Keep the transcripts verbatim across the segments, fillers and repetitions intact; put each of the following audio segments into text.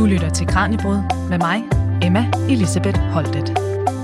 Du lytter til Kraniebrud med mig, Emma Elisabeth Holtet.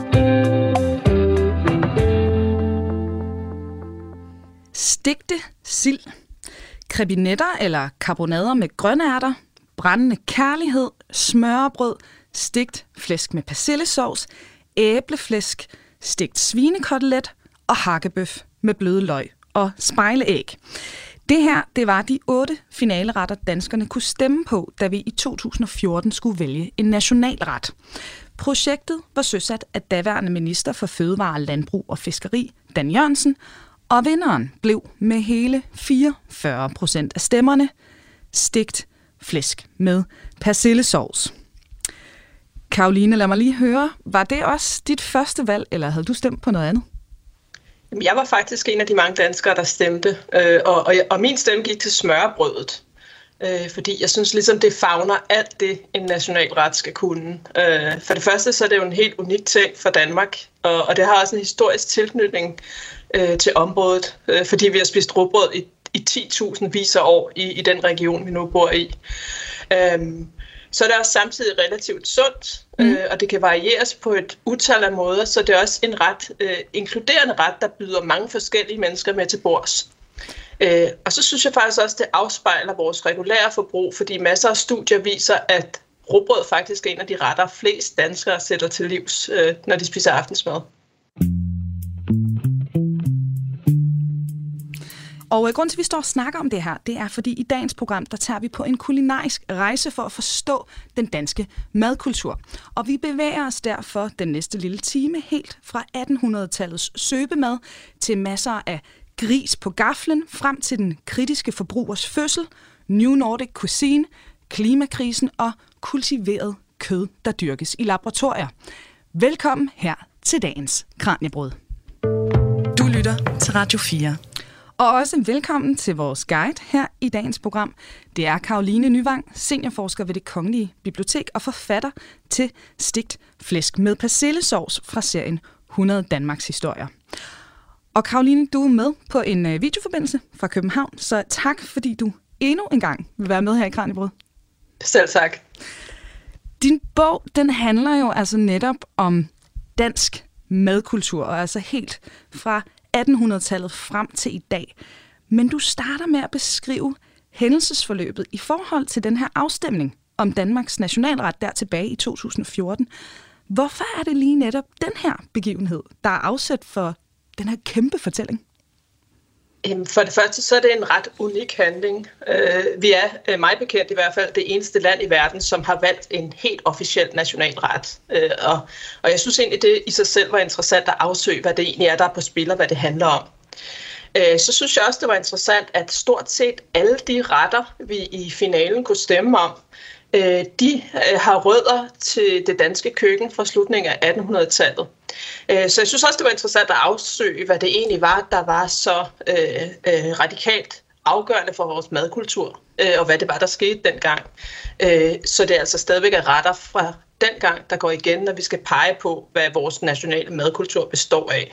Stegte sild, krebinetter eller karbonader med grønærter, brændende kærlighed, smørrebrød, stegt flæsk med persillesovs, æbleflæsk, stegt svinekotelet og hakkebøf med bløde løg og spejleæg. Det her, det var de otte finaleretter, danskerne kunne stemme på, da vi i to tusind og fjorten skulle vælge en nationalret. Projektet var søsat af daværende minister for Fødevare, Landbrug og Fiskeri, Dan Jørgensen, og vinderen blev med hele fireogfyrre procent af stemmerne stegt flæsk med persillesovs. Caroline, lad mig lige høre, var det også dit første valg, eller havde du stemt på noget andet? Jeg var faktisk en af de mange danskere, der stemte, øh, og, og, og min stemme gik til smørrebrødet, øh, fordi jeg synes ligesom, det favner alt det, en nationalret skal kunne. Øh, for det første så er det jo en helt unik ting for Danmark, og, og det har også en historisk tilknytning øh, til området, øh, fordi vi har spist rugbrød i, i ti tusind vis af år i, i den region, vi nu bor i. Øh, Så er det også samtidig relativt sundt, mm. øh, og det kan varieres på et utal af måder, så det er også en ret øh, inkluderende ret, der byder mange forskellige mennesker med til bords. Øh, og så synes jeg faktisk også, det afspejler vores regulære forbrug, fordi masser af studier viser, at rugbrød faktisk er en af de retter, flest danskere sætter til livs, øh, når de spiser aftensmad. Og grunden til, at vi står og snakker om det her, det er, fordi i dagens program, der tager vi på en kulinarisk rejse for at forstå den danske madkultur. Og vi bevæger os derfor den næste lille time helt fra attenhundredetallets søbemad til masser af gris på gaflen, frem til den kritiske forbrugers fødsel, New Nordic Cuisine, klimakrisen og kultiveret kød, der dyrkes i laboratorier. Velkommen her til dagens Kraniebrud. Du lytter til Radio fire. Og også velkommen til vores guide her i dagens program. Det er Caroline Nyvang, seniorforsker ved Det Kongelige Bibliotek og forfatter til Stegt flæsk med persillesovs fra serien hundrede Danmarks historier. Og Caroline, du er med på en videoforbindelse fra København, så tak fordi du endnu en gang vil være med her i Kraniebrud. Selv tak. Din bog, den handler jo altså netop om dansk madkultur, og altså helt fra attenhundredetallet frem til i dag. Men du starter med at beskrive hændelsesforløbet i forhold til den her afstemning om Danmarks nationalret der tilbage i to tusind og fjorten. Hvorfor er det lige netop den her begivenhed, der er afsæt for den her kæmpe fortælling? For det første så er det en ret unik handling. Vi er, mig bekendt i hvert fald, det eneste land i verden, som har valgt en helt officiel nationalret. Og, og jeg synes egentlig, det i sig selv var interessant at afsøge, hvad det egentlig er, der er på spil, og hvad det handler om. Så synes jeg også, det var interessant, at stort set alle de retter, vi i finalen kunne stemme om, de har rødder til det danske køkken fra slutningen af attenhundredetallet. Så jeg synes også, det var interessant at afsøge, hvad det egentlig var, der var så øh, øh, radikalt afgørende for vores madkultur, øh, og hvad det var, der skete dengang. Øh, så det er altså stadigvæk er retter fra dengang, der går igen, når vi skal pege på, hvad vores nationale madkultur består af.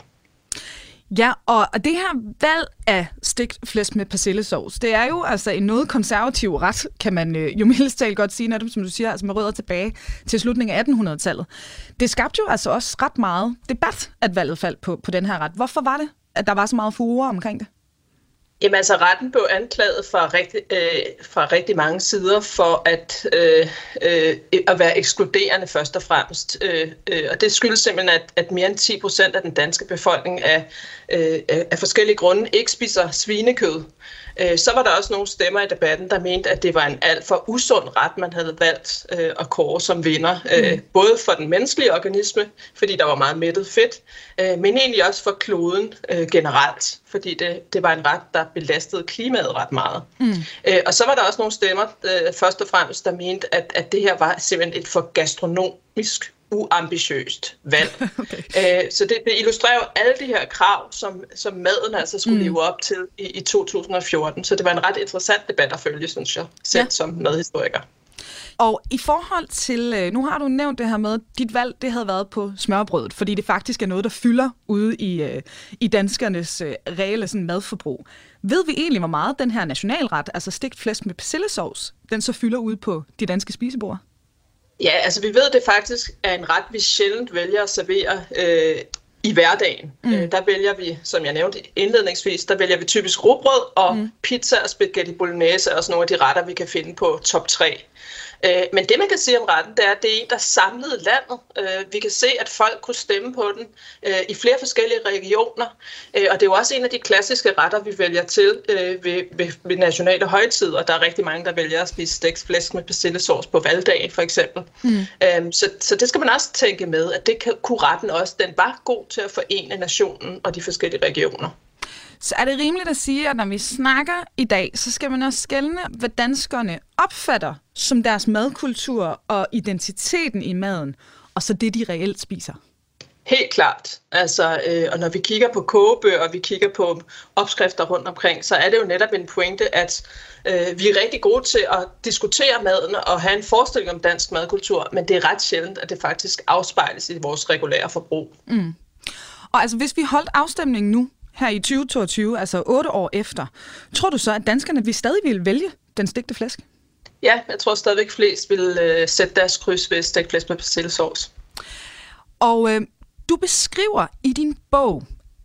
Ja, og det her valg af stegt flæsk med persillesovs, det er jo altså en noget konservativ ret, kan man øh, jo mildest talt godt sige, når du, som du siger, altså med rødder tilbage til slutningen af attenhundredetallet. Det skabte jo altså også ret meget debat, at valget faldt på, på den her ret. Hvorfor var det, at der var så meget furore omkring det? Jamen altså, retten blev anklaget fra rigtig, øh, fra rigtig mange sider for at, øh, øh, at være ekskluderende først og fremmest. Øh, øh, og det skyldes simpelthen, at, at mere end ti procent af den danske befolkning af, øh, af forskellige grunde ikke spiser svinekød. Øh, så var der også nogle stemmer i debatten, der mente, at det var en alt for usund ret, man havde valgt øh, at kåre som vinder. Øh, mm. Både for den menneskelige organisme, fordi der var meget mættet fedt, øh, men egentlig også for kloden øh, generelt, fordi det, det var en ret, der belastede klimaet ret meget. Mm. Øh, og så var der også nogle stemmer, øh, først og fremmest, der mente, at, at det her var simpelthen et for gastronomisk uambitiøst valg. Okay. Æ, så det, det illustrerer jo alle de her krav, som, som maden altså skulle mm. leve op til i, i to tusind og fjorten. Så det var en ret interessant debat at følge, synes jeg, selv ja. som madhistoriker. Og i forhold til, nu har du nævnt det her med, at dit valg det havde været på smørbrødet, fordi det faktisk er noget, der fylder ude i, i danskernes reelle sådan, madforbrug. Ved vi egentlig, hvor meget den her nationalret, altså stegt flæsk med persillesovs, den så fylder ude på de danske spisebord? Ja, altså vi ved, det faktisk er en ret, vi sjældent vælger at servere øh, i hverdagen. Mm. Øh, der vælger vi, som jeg nævnte indledningsvis, der vælger vi typisk rugbrød og mm. pizza og spaghetti bolognese og sådan nogle af de retter, vi kan finde på top tre. Men det, man kan sige om retten, det er, at det er en, der samlede landet. Vi kan se, at folk kunne stemme på den i flere forskellige regioner. Og det er jo også en af de klassiske retter, vi vælger til ved, ved, ved nationale højtider. Der er rigtig mange, der vælger at spise stegt flæsk med persillesauce på valgdagen, for eksempel. Mm. Så, så det skal man også tænke med, at det kan, kunne retten også. Den var god til at forene nationen og de forskellige regioner. Så er det rimeligt at sige, at når vi snakker i dag, så skal man også skelne, hvad danskerne opfatter som deres madkultur og identiteten i maden, og så det, de reelt spiser? Helt klart. Altså, øh, og når vi kigger på kogebøger, og vi kigger på opskrifter rundt omkring, så er det jo netop en pointe, at øh, vi er rigtig gode til at diskutere maden og have en forestilling om dansk madkultur, men det er ret sjældent, at det faktisk afspejles i vores regulære forbrug. Mm. Og altså, hvis vi holdt afstemningen nu, her i tyve toogtyve, altså otte år efter, tror du så, at danskerne vil stadig vil vælge den stegte flæsk? Ja, jeg tror stadigvæk flest vil øh, sætte deres kryds ved stegt flæsk med persillesauce. Og øh, du beskriver i din bog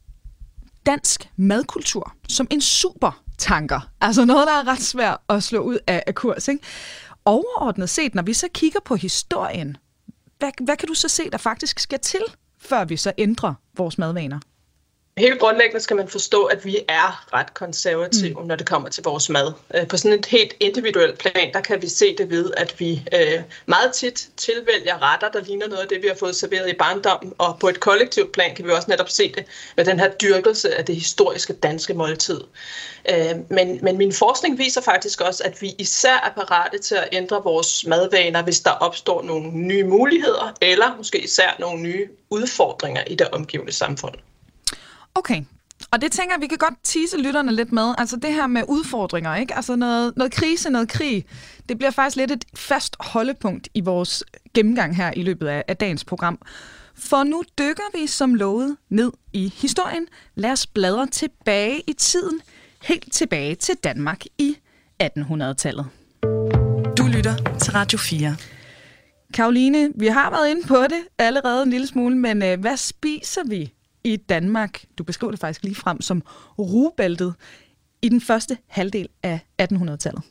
dansk madkultur som en supertanker. Altså noget, der er ret svært at slå ud af, af kurs, ikke? Overordnet set, når vi så kigger på historien, hvad, hvad kan du så se, der faktisk skal til, før vi så ændrer vores madvaner? Helt grundlæggende skal man forstå, at vi er ret konservative, mm. når det kommer til vores mad. På sådan et helt individuelt plan, der kan vi se det ved, at vi øh, meget tit tilvælger retter, der ligner noget af det, vi har fået serveret i barndommen. Og på et kollektivt plan kan vi også netop se det med den her dyrkelse af det historiske danske måltid. Øh, men, men min forskning viser faktisk også, at vi især er parate til at ændre vores madvaner, hvis der opstår nogle nye muligheder, eller måske især nogle nye udfordringer i det omgivende samfund. Okay, og det tænker jeg, vi kan godt tease lytterne lidt med. Altså det her med udfordringer, ikke? Altså noget, noget krise, noget krig. Det bliver faktisk lidt et fast holdepunkt i vores gennemgang her i løbet af, af dagens program. For nu dykker vi som lovet ned i historien. Lad os bladre tilbage i tiden. Helt tilbage til Danmark i attenhundredetallet. Du lytter til Radio fire. Caroline, vi har været inde på det allerede en lille smule, men øh, hvad spiser vi i Danmark? Du beskriver det faktisk lige frem som rugebæltet i den første halvdel af attenhundredetallet.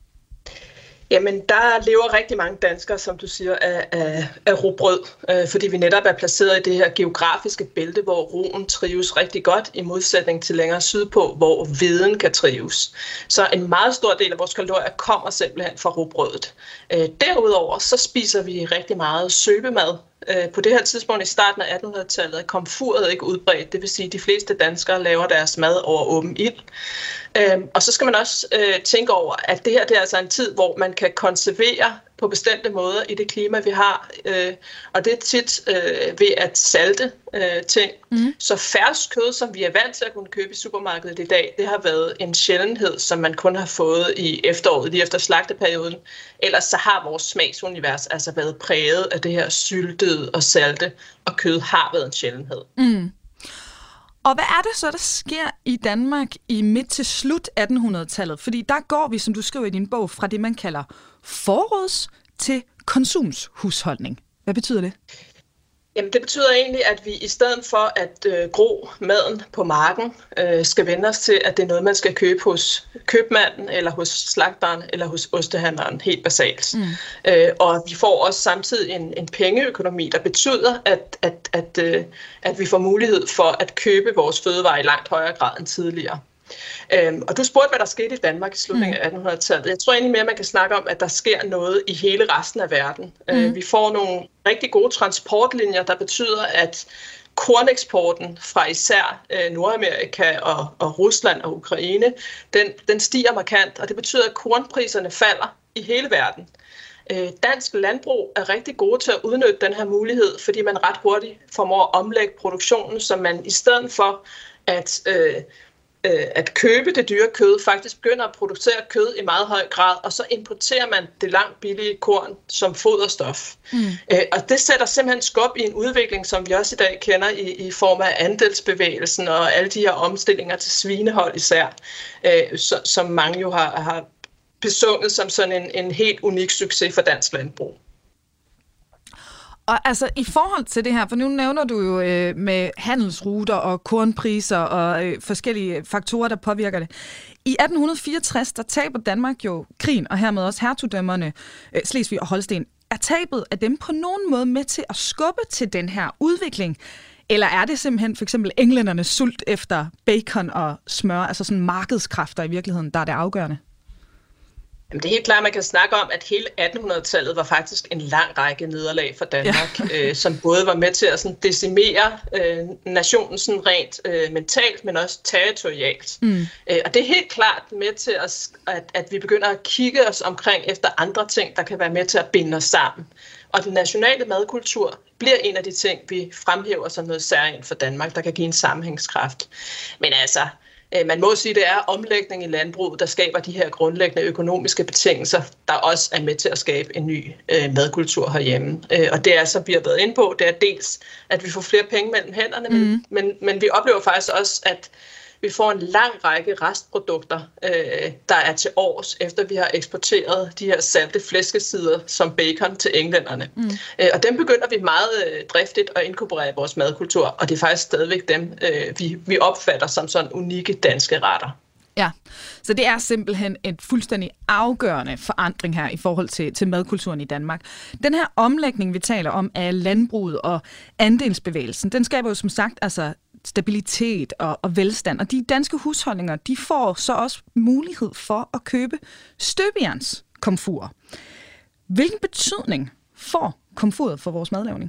Jamen, der lever rigtig mange danskere, som du siger, af, af, af rugbrød, øh, fordi vi netop er placeret i det her geografiske bælte, hvor ruggen trives rigtig godt, i modsætning til længere sydpå, hvor hveden kan trives. Så en meget stor del af vores kalorier kommer simpelthen fra rugbrødet. Øh, derudover så spiser vi rigtig meget søbemad. På det her tidspunkt i starten af attenhundredetallet er komfuret ikke udbredt, det vil sige, at de fleste danskere laver deres mad over åben ild. Og så skal man også tænke over, at det her det er altså en tid, hvor man kan konservere på bestemte måder i det klima, vi har. Og det er tit ved at salte ting. Mm. Så fersk kød, som vi er vant til at kunne købe i supermarkedet i dag, det har været en sjældenhed, som man kun har fået i efteråret, lige efter slagteperioden. Ellers så har vores smagsunivers altså været præget af det her syltede og salte, og kød har været en sjældenhed. Mm. Og hvad er det så, der sker i Danmark i midt til slut attenhundredetallet? Fordi der går vi, som du skriver i din bog, fra det, man kalder forråds til konsumshusholdning. Hvad betyder det? Jamen, det betyder egentlig, at vi i stedet for at øh, gro maden på marken, øh, skal vende os til, at det er noget, man skal købe hos købmanden, eller hos slagteren, eller hos ostehandleren, helt basalt. Mm. Øh, og vi får også samtidig en, en pengeøkonomi, der betyder, at, at, at, øh, at vi får mulighed for at købe vores fødevarer i langt højere grad end tidligere. Øhm, og du spurgte, hvad der skete i Danmark i slutningen af attenhundredetallet. Jeg tror egentlig mere, man kan snakke om, at der sker noget i hele resten af verden. Mm. Øh, vi får nogle rigtig gode transportlinjer, der betyder, at korneksporten fra især øh, Nordamerika og, og Rusland og Ukraine, den, den stiger markant, og det betyder, at kornpriserne falder i hele verden. Øh, dansk landbrug er rigtig gode til at udnytte den her mulighed, fordi man ret hurtigt formår at omlægge produktionen, så man i stedet for at øh, at købe det dyre kød, faktisk begynder at producere kød i meget høj grad, og så importerer man det langt billige korn som foderstof. Mm. Øh, og det sætter simpelthen skub i en udvikling, som vi også i dag kender i, i form af andelsbevægelsen og alle de her omstillinger til svinehold især, øh, så, som mange jo har, har besunget som sådan en, en helt unik succes for dansk landbrug. Og altså i forhold til det her, for nu nævner du jo øh, med handelsruter og kornpriser og øh, forskellige faktorer, der påvirker det. I atten fireogtres, der taber Danmark jo krigen, og hermed også hertugdømmerne øh, Slesvig og Holsten. Er tabet af dem på nogen måde med til at skubbe til den her udvikling? Eller er det simpelthen for eksempel englændernes sult efter bacon og smør, altså sådan markedskræfter i virkeligheden, der er det afgørende? Jamen, det er helt klart, at man kan snakke om, at hele attenhundredetallet var faktisk en lang række nederlag for Danmark, ja. øh, som både var med til at sådan, decimere øh, nationen sådan rent øh, mentalt, men også territorialt. Mm. Øh, og det er helt klart med til, at, at, at vi begynder at kigge os omkring efter andre ting, der kan være med til at binde os sammen. Og den nationale madkultur bliver en af de ting, vi fremhæver som noget særligt for Danmark, der kan give en sammenhængskraft. Men altså, man må sige, at det er omlægning i landbruget, der skaber de her grundlæggende økonomiske betingelser, der også er med til at skabe en ny øh, madkultur herhjemme. Øh, og det er, som vi har været inde på, det er dels, at vi får flere penge mellem hænderne, mm. men, men, men vi oplever faktisk også, at vi får en lang række restprodukter, øh, der er til års, efter vi har eksporteret de her salte flæskesider som bacon til englænderne. Mm. Øh, og dem begynder vi meget øh, driftigt at inkorporere i vores madkultur, og det er faktisk stadigvæk dem, øh, vi, vi opfatter som sådan unikke danske retter. Ja, så det er simpelthen et fuldstændig afgørende forandring her i forhold til, til madkulturen i Danmark. Den her omlægning, vi taler om, af landbruget og andelsbevægelsen, den skaber jo som sagt altså stabilitet og, og velstand. Og de danske husholdninger, de får så også mulighed for at købe støbejernskomfurer. Hvilken betydning får komfuret for vores madlavning?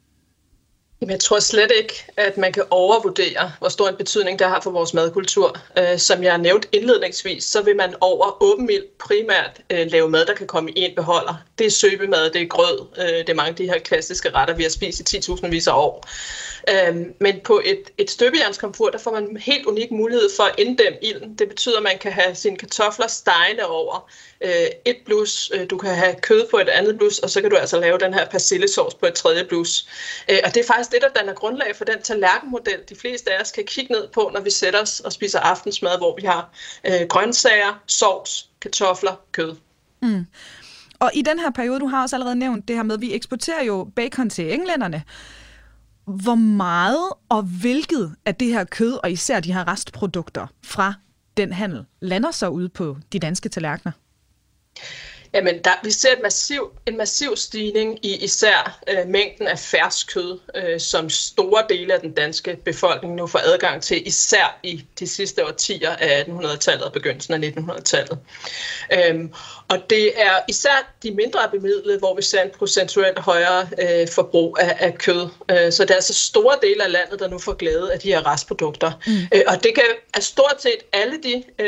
Jeg tror slet ikke, at man kan overvurdere, hvor stor en betydning det har for vores madkultur. Øh, som jeg nævnte indledningsvis, så vil man over åben ild primært øh, lave mad, der kan komme i en beholder. Det er søbemad, det er grød, øh, det er mange af de her klassiske retter, vi har spist i ti tusind vis af år. Øh, men på et, et støbejernskomfur, der får man en helt unik mulighed for at inddæmme ilden. Det betyder, at man kan have sine kartofler stegende over øh, et blus, øh, du kan have kød på et andet blus, og så kan du altså lave den her persillesauce på et tredje blus. Øh, og det er faktisk det, der danner grundlag for den tallerkenmodel, de fleste af os kan kigge ned på, når vi sætter os og spiser aftensmad, hvor vi har øh, grøntsager, sovs, kartofler, kød. Mm. Og i den her periode, du har også allerede nævnt det her med, at vi eksporterer jo bacon til englænderne. Hvor meget og hvilket af det her kød, og især de her restprodukter fra den handel, lander så ude på de danske tallerkener? Jamen, der, vi ser et massiv, en massiv stigning i især øh, mængden af fersk kød, øh, som store dele af den danske befolkning nu får adgang til, især i de sidste årtier af attenhundredetallet og begyndelsen af nittenhundredetallet. Øhm, og det er især de mindre bemidlede, hvor vi ser en procentuelt højere øh, forbrug af, af kød. Øh, så det er altså store dele af landet, der nu får glæde af de her restprodukter. Mm. Øh, og det kan er stort set alle de øh,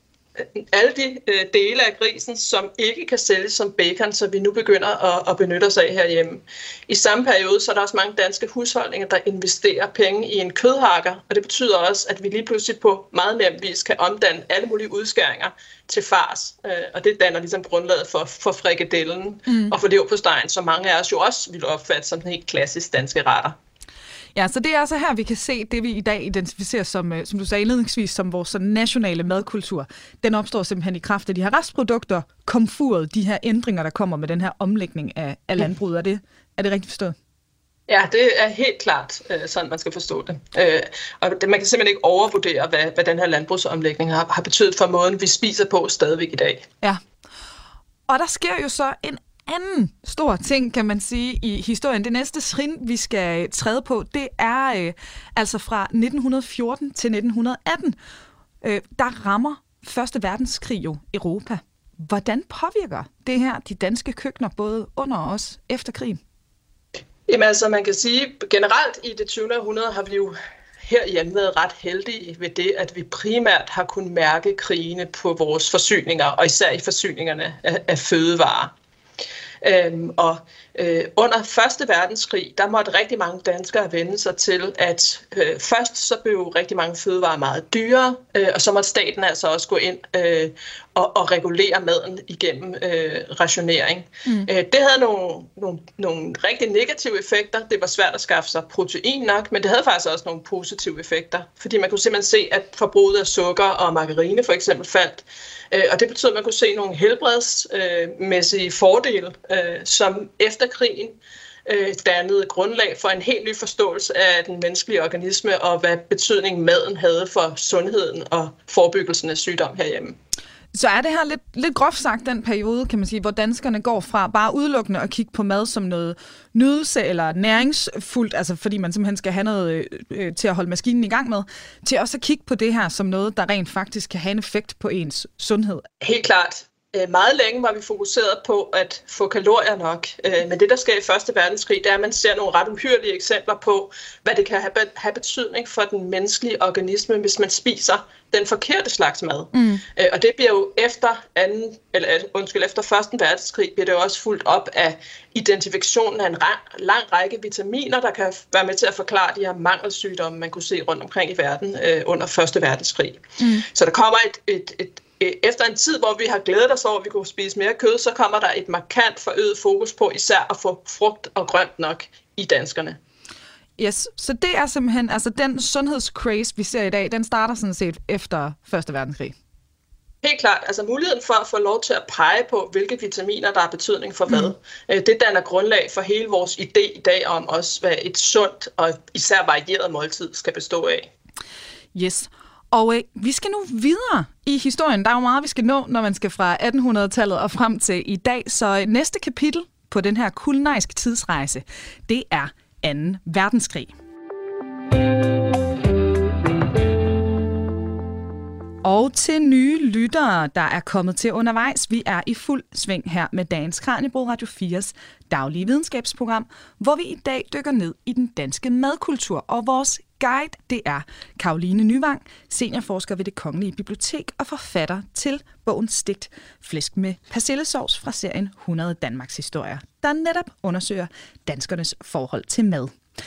alle de øh, dele af grisen, som ikke kan sælges som bacon, så vi nu begynder at, at benytte os af herhjemme. I samme periode, så er der også mange danske husholdninger, der investerer penge i en kødhakker, og det betyder også, at vi lige pludselig på meget nem vis kan omdanne alle mulige udskæringer til fars, øh, og det danner ligesom grundlaget for, for frikadellen mm. og for leverpostejen, som mange af os jo også vil opfatte som den helt klassisk danske retter. Ja, så det er altså her, vi kan se det, vi i dag identificerer som, som du sagde indledningsvis, som vores nationale madkultur. Den opstår simpelthen i kraft af de her restprodukter, komfuret, de her ændringer, der kommer med den her omlægning af, af landbruget. Er det, er det rigtigt forstået? Ja, det er helt klart øh, sådan, man skal forstå det. Øh, og det, man kan simpelthen ikke overvurdere, hvad, hvad den her landbrugsomlægning har, har betydet for måden, vi spiser på stadigvæk i dag. Ja, og der sker jo så en anden stor ting, kan man sige, i historien. Det næste trin, vi skal træde på, det er øh, altså fra nitten fjorten til nitten atten. Øh, der rammer Første Verdenskrig jo Europa. Hvordan påvirker det her de danske køkkener, både under og også efter krigen? Jamen altså, man kan sige, generelt i det tyvende århundrede har vi jo herhjemme været ret heldige ved det, at vi primært har kunnet mærke krigene på vores forsyninger, og især i forsyningerne af, af fødevarer. Øhm, og øh, under Første Verdenskrig, der måtte rigtig mange danskere vende sig til, at øh, først så blev rigtig mange fødevarer meget dyre, øh, og så måtte staten altså også gå ind øh, og, og regulere maden igennem øh, rationering. Mm. Øh, det havde nogle, nogle, nogle rigtig negative effekter. Det var svært at skaffe sig protein nok, men det havde faktisk også nogle positive effekter, fordi man kunne simpelthen se, at forbruget af sukker og margarine for eksempel faldt. Og det betyder, at man kunne se nogle helbredsmæssige fordele, som efter krigen øh, dannede grundlag for en helt ny forståelse af den menneskelige organisme og hvad betydning maden havde for sundheden og forebyggelsen af sygdom herhjemme. Så er det her lidt, lidt groft sagt den periode, kan man sige, hvor danskerne går fra bare udelukkende at kigge på mad som noget nydelse eller næringsfuldt, altså fordi man simpelthen skal have noget øh, til at holde maskinen i gang med, til også at kigge på det her som noget, der rent faktisk kan have en effekt på ens sundhed. Helt klart. Meget længe var vi fokuseret på at få kalorier nok, men det, der sker i Første Verdenskrig, det er, at man ser nogle ret uhyrlige eksempler på, hvad det kan have betydning for den menneskelige organisme, hvis man spiser den forkerte slags mad. Mm. Og det bliver jo efter anden, eller undskyld, efter Første Verdenskrig, bliver det jo også fulgt op af identifikationen af en lang række vitaminer, der kan være med til at forklare de her mangelsygdomme, man kunne se rundt omkring i verden under Første Verdenskrig. Mm. Så der kommer et, et, et Efter en tid, hvor vi har glædet os over, at vi kunne spise mere kød, så kommer der et markant forøget fokus på især at få frugt og grønt nok i danskerne. Yes, så det er simpelthen, altså den sundhedscraze, vi ser i dag, den starter sådan set efter Første Verdenskrig. Helt klart, altså muligheden for at få lov til at pege på, hvilke vitaminer, der har betydning for hvad, mm. det danner grundlag for hele vores idé i dag om også, hvad et sundt og især varieret måltid skal bestå af. Yes. Og øh, vi skal nu videre i historien. Der er jo meget, vi skal nå, når man skal fra attenhundredetallet og frem til i dag. Så næste kapitel på den her kulinariske tidsrejse, det er anden verdenskrig. Og til nye lyttere, der er kommet til undervejs. Vi er i fuld sving her med dagens Kraniebrud Radio fires daglige videnskabsprogram, hvor vi i dag dykker ned i den danske madkultur. Og vores guide, det er Caroline Nyvang, seniorforsker ved Det Kongelige Bibliotek og forfatter til bogen Stegt flæsk med persillesovs fra serien hundrede Danmarks historier, der netop undersøger danskernes forhold til mad.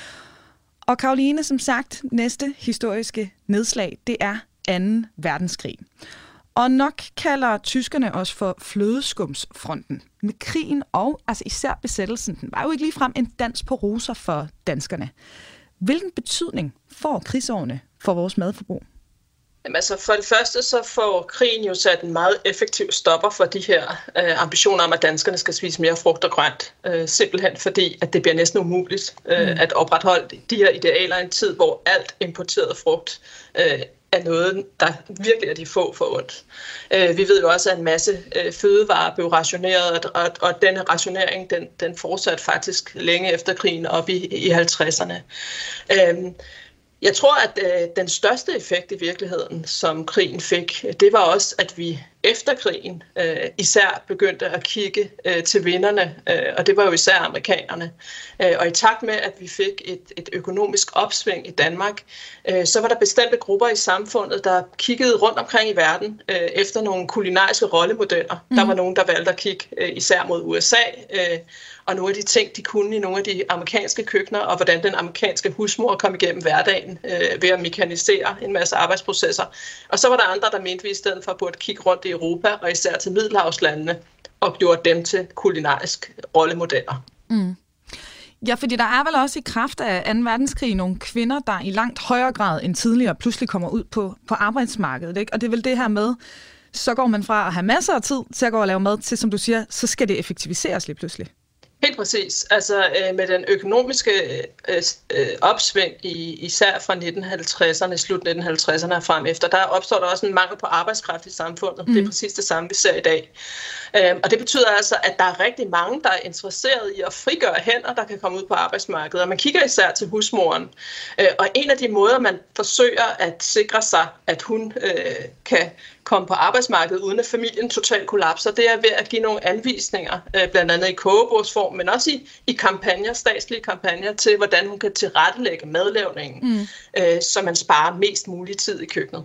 Og Caroline, som sagt, næste historiske nedslag, det er anden verdenskrig. Og nok kalder tyskerne også for flødeskumsfronten. Med krigen og altså især besættelsen, den var jo ikke ligefrem en dans på roser for danskerne. Hvilken betydning får krigsårene for vores madforbrug? Jamen, altså for det første så får krigen jo sat en meget effektiv stopper for de her øh, ambitioner om, at danskerne skal spise mere frugt og grønt. Øh, simpelthen fordi, at det bliver næsten umuligt øh, mm. at opretholde de her idealer i en tid, hvor alt importeret frugt øh, er noget, der virkelig er de få for ondt. Øh, vi ved jo også, at en masse øh, fødevarer blev rationeret, og, og denne rationering, den, den fortsatte faktisk længe efter krigen op i, i halvtredserne. Øh, Jeg tror, at øh, den største effekt i virkeligheden, som krigen fik, det var også, at vi efter krigen øh, især begyndte at kigge øh, til vinderne, øh, og det var jo især amerikanerne. Øh, og i takt med, at vi fik et, et økonomisk opsving i Danmark, øh, så var der bestemte grupper i samfundet, der kiggede rundt omkring i verden øh, efter nogle kulinariske rollemodeller. Mm. Der var nogen, der valgte at kigge øh, især mod U S A, øh, og nogle af de ting, de kunne i nogle af de amerikanske køkkener, og hvordan den amerikanske husmor kom igennem hverdagen øh, ved at mekanisere en masse arbejdsprocesser. Og så var der andre, der mente, vi i stedet for burde kigge rundt i Europa, og især til Middelhavslandene, og gjorde dem til kulinarisk rollemodeller. Mm. Ja, fordi der er vel også i kraft af anden verdenskrig nogle kvinder, der i langt højere grad end tidligere pludselig kommer ud på, på arbejdsmarkedet, ikke? Og det er vel det her med, så går man fra at have masser af tid til at gå og lave mad til, som du siger, så skal det effektiviseres lige pludselig. Helt præcis. Altså øh, med den økonomiske øh, øh, opsving, i, især fra nitten halvtredserne, slut nitten halvtredserne og frem efter, der opstår der også en mangel på arbejdskraft i samfundet. Mm. Det er præcis det samme, vi ser i dag. Øh, og det betyder altså, at der er rigtig mange, der er interesseret i at frigøre hænder, der kan komme ud på arbejdsmarkedet. Og man kigger især til husmoren. Øh, og en af de måder, man forsøger at sikre sig, at hun øh, kan komme på arbejdsmarkedet, uden at familien totalt kollapser, det er ved at give nogle anvisninger, øh, blandt andet i kogebogsform, men også i, i kampagner, statslige kampagner, til hvordan hun kan tilrettelægge madlavningen, mm. øh, så man sparer mest mulig tid i køkkenet.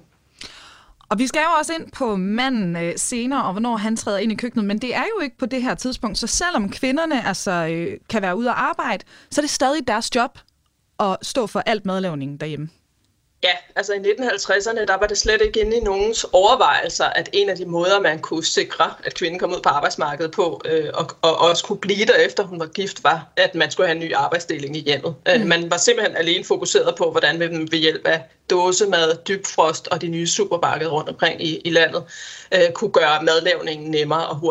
Og vi skal jo også ind på manden øh, senere, og hvornår han træder ind i køkkenet, men det er jo ikke på det her tidspunkt, så selvom kvinderne altså, øh, kan være ude at arbejde, så er det stadig deres job at stå for alt madlavningen derhjemme. Ja, altså i nitten halvtredserne, der var det slet ikke inde i nogens overvejelser, at en af de måder, man kunne sikre, at kvinden kom ud på arbejdsmarkedet på, øh, og, og også kunne blive der efter hun var gift, var, at man skulle have en ny arbejdsdeling i hjemmet. Mm. Øh, man var simpelthen alene fokuseret på, hvordan vi ved hjælp af dåsemad, dybfrost og de nye supermarkeder rundt omkring i, i landet, øh, kunne gøre madlavningen nemmere og hurtigere.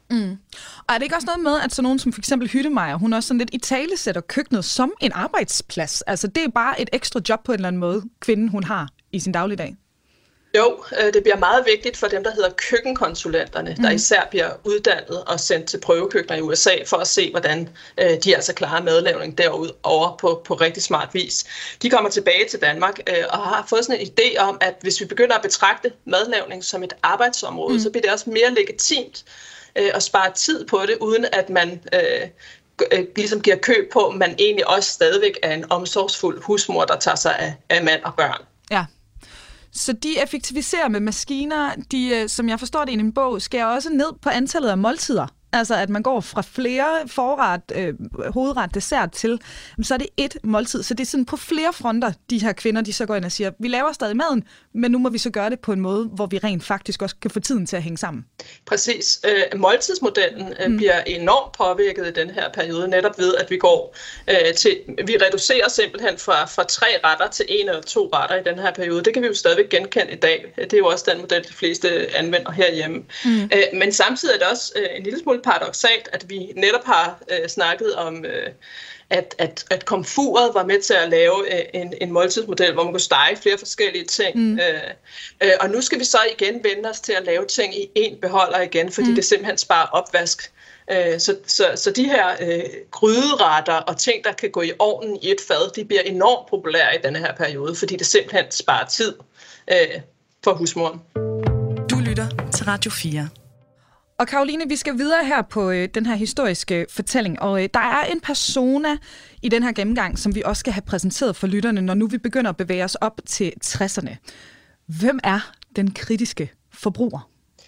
Mm. Og er det ikke også noget med, at sådan nogen som for eksempel Hyttemeier, hun også sådan lidt italesætter køkkenet som en arbejdsplads? Altså det er bare et ekstra job på en eller anden måde, kvinden hun har i sin dagligdag. Jo, det bliver meget vigtigt for dem, der hedder køkkenkonsulenterne, mm. der især bliver uddannet og sendt til prøvekøkkener i U S A for at se, hvordan de altså klarer madlavning derude over på, på rigtig smart vis. De kommer tilbage til Danmark og har fået sådan en idé om, at hvis vi begynder at betragte madlavning som et arbejdsområde, mm. så bliver det også mere legitimt at spare tid på det, uden at man øh, ligesom giver køb på, at man egentlig også stadigvæk er en omsorgsfuld husmor, der tager sig af, af mand og børn. Ja. Så de effektiviserer med maskiner, de, som jeg forstår det i en bog, skærer også ned på antallet af måltider. Altså at man går fra flere forret, øh, hovedret, dessert til, så er det et måltid. Så det er sådan på flere fronter, de her kvinder, de så går ind og siger, vi laver stadig maden, men nu må vi så gøre det på en måde, hvor vi rent faktisk også kan få tiden til at hænge sammen. Præcis. Øh, måltidsmodellen øh, mm. bliver enormt påvirket i den her periode, netop ved, at vi går øh, til, vi reducerer simpelthen fra, fra tre retter til en eller to retter i den her periode. Det kan vi jo stadigvæk genkende i dag. Det er jo også den model, de fleste anvender herhjemme. Mm. Øh, men samtidig er det også øh, en lille smule paradoksalt, at vi netop har øh, snakket om, øh, at, at, at komfuret var med til at lave øh, en, en måltidsmodel, hvor man kunne stege flere forskellige ting. Mm. Øh, øh, og nu skal vi så igen vende os til at lave ting i en beholder igen, fordi mm. det simpelthen sparer opvask. Øh, så, så, så de her øh, gryderetter og ting, der kan gå i ovnen i et fad, de bliver enormt populære i denne her periode, fordi det simpelthen sparer tid øh, for husmoren. Du lytter til Radio fire. Og Caroline, vi skal videre her på øh, den her historiske fortælling, og øh, der er en persona i den her gennemgang, som vi også skal have præsenteret for lytterne, når nu vi begynder at bevæge os op til tresserne. Hvem er den kritiske forbruger?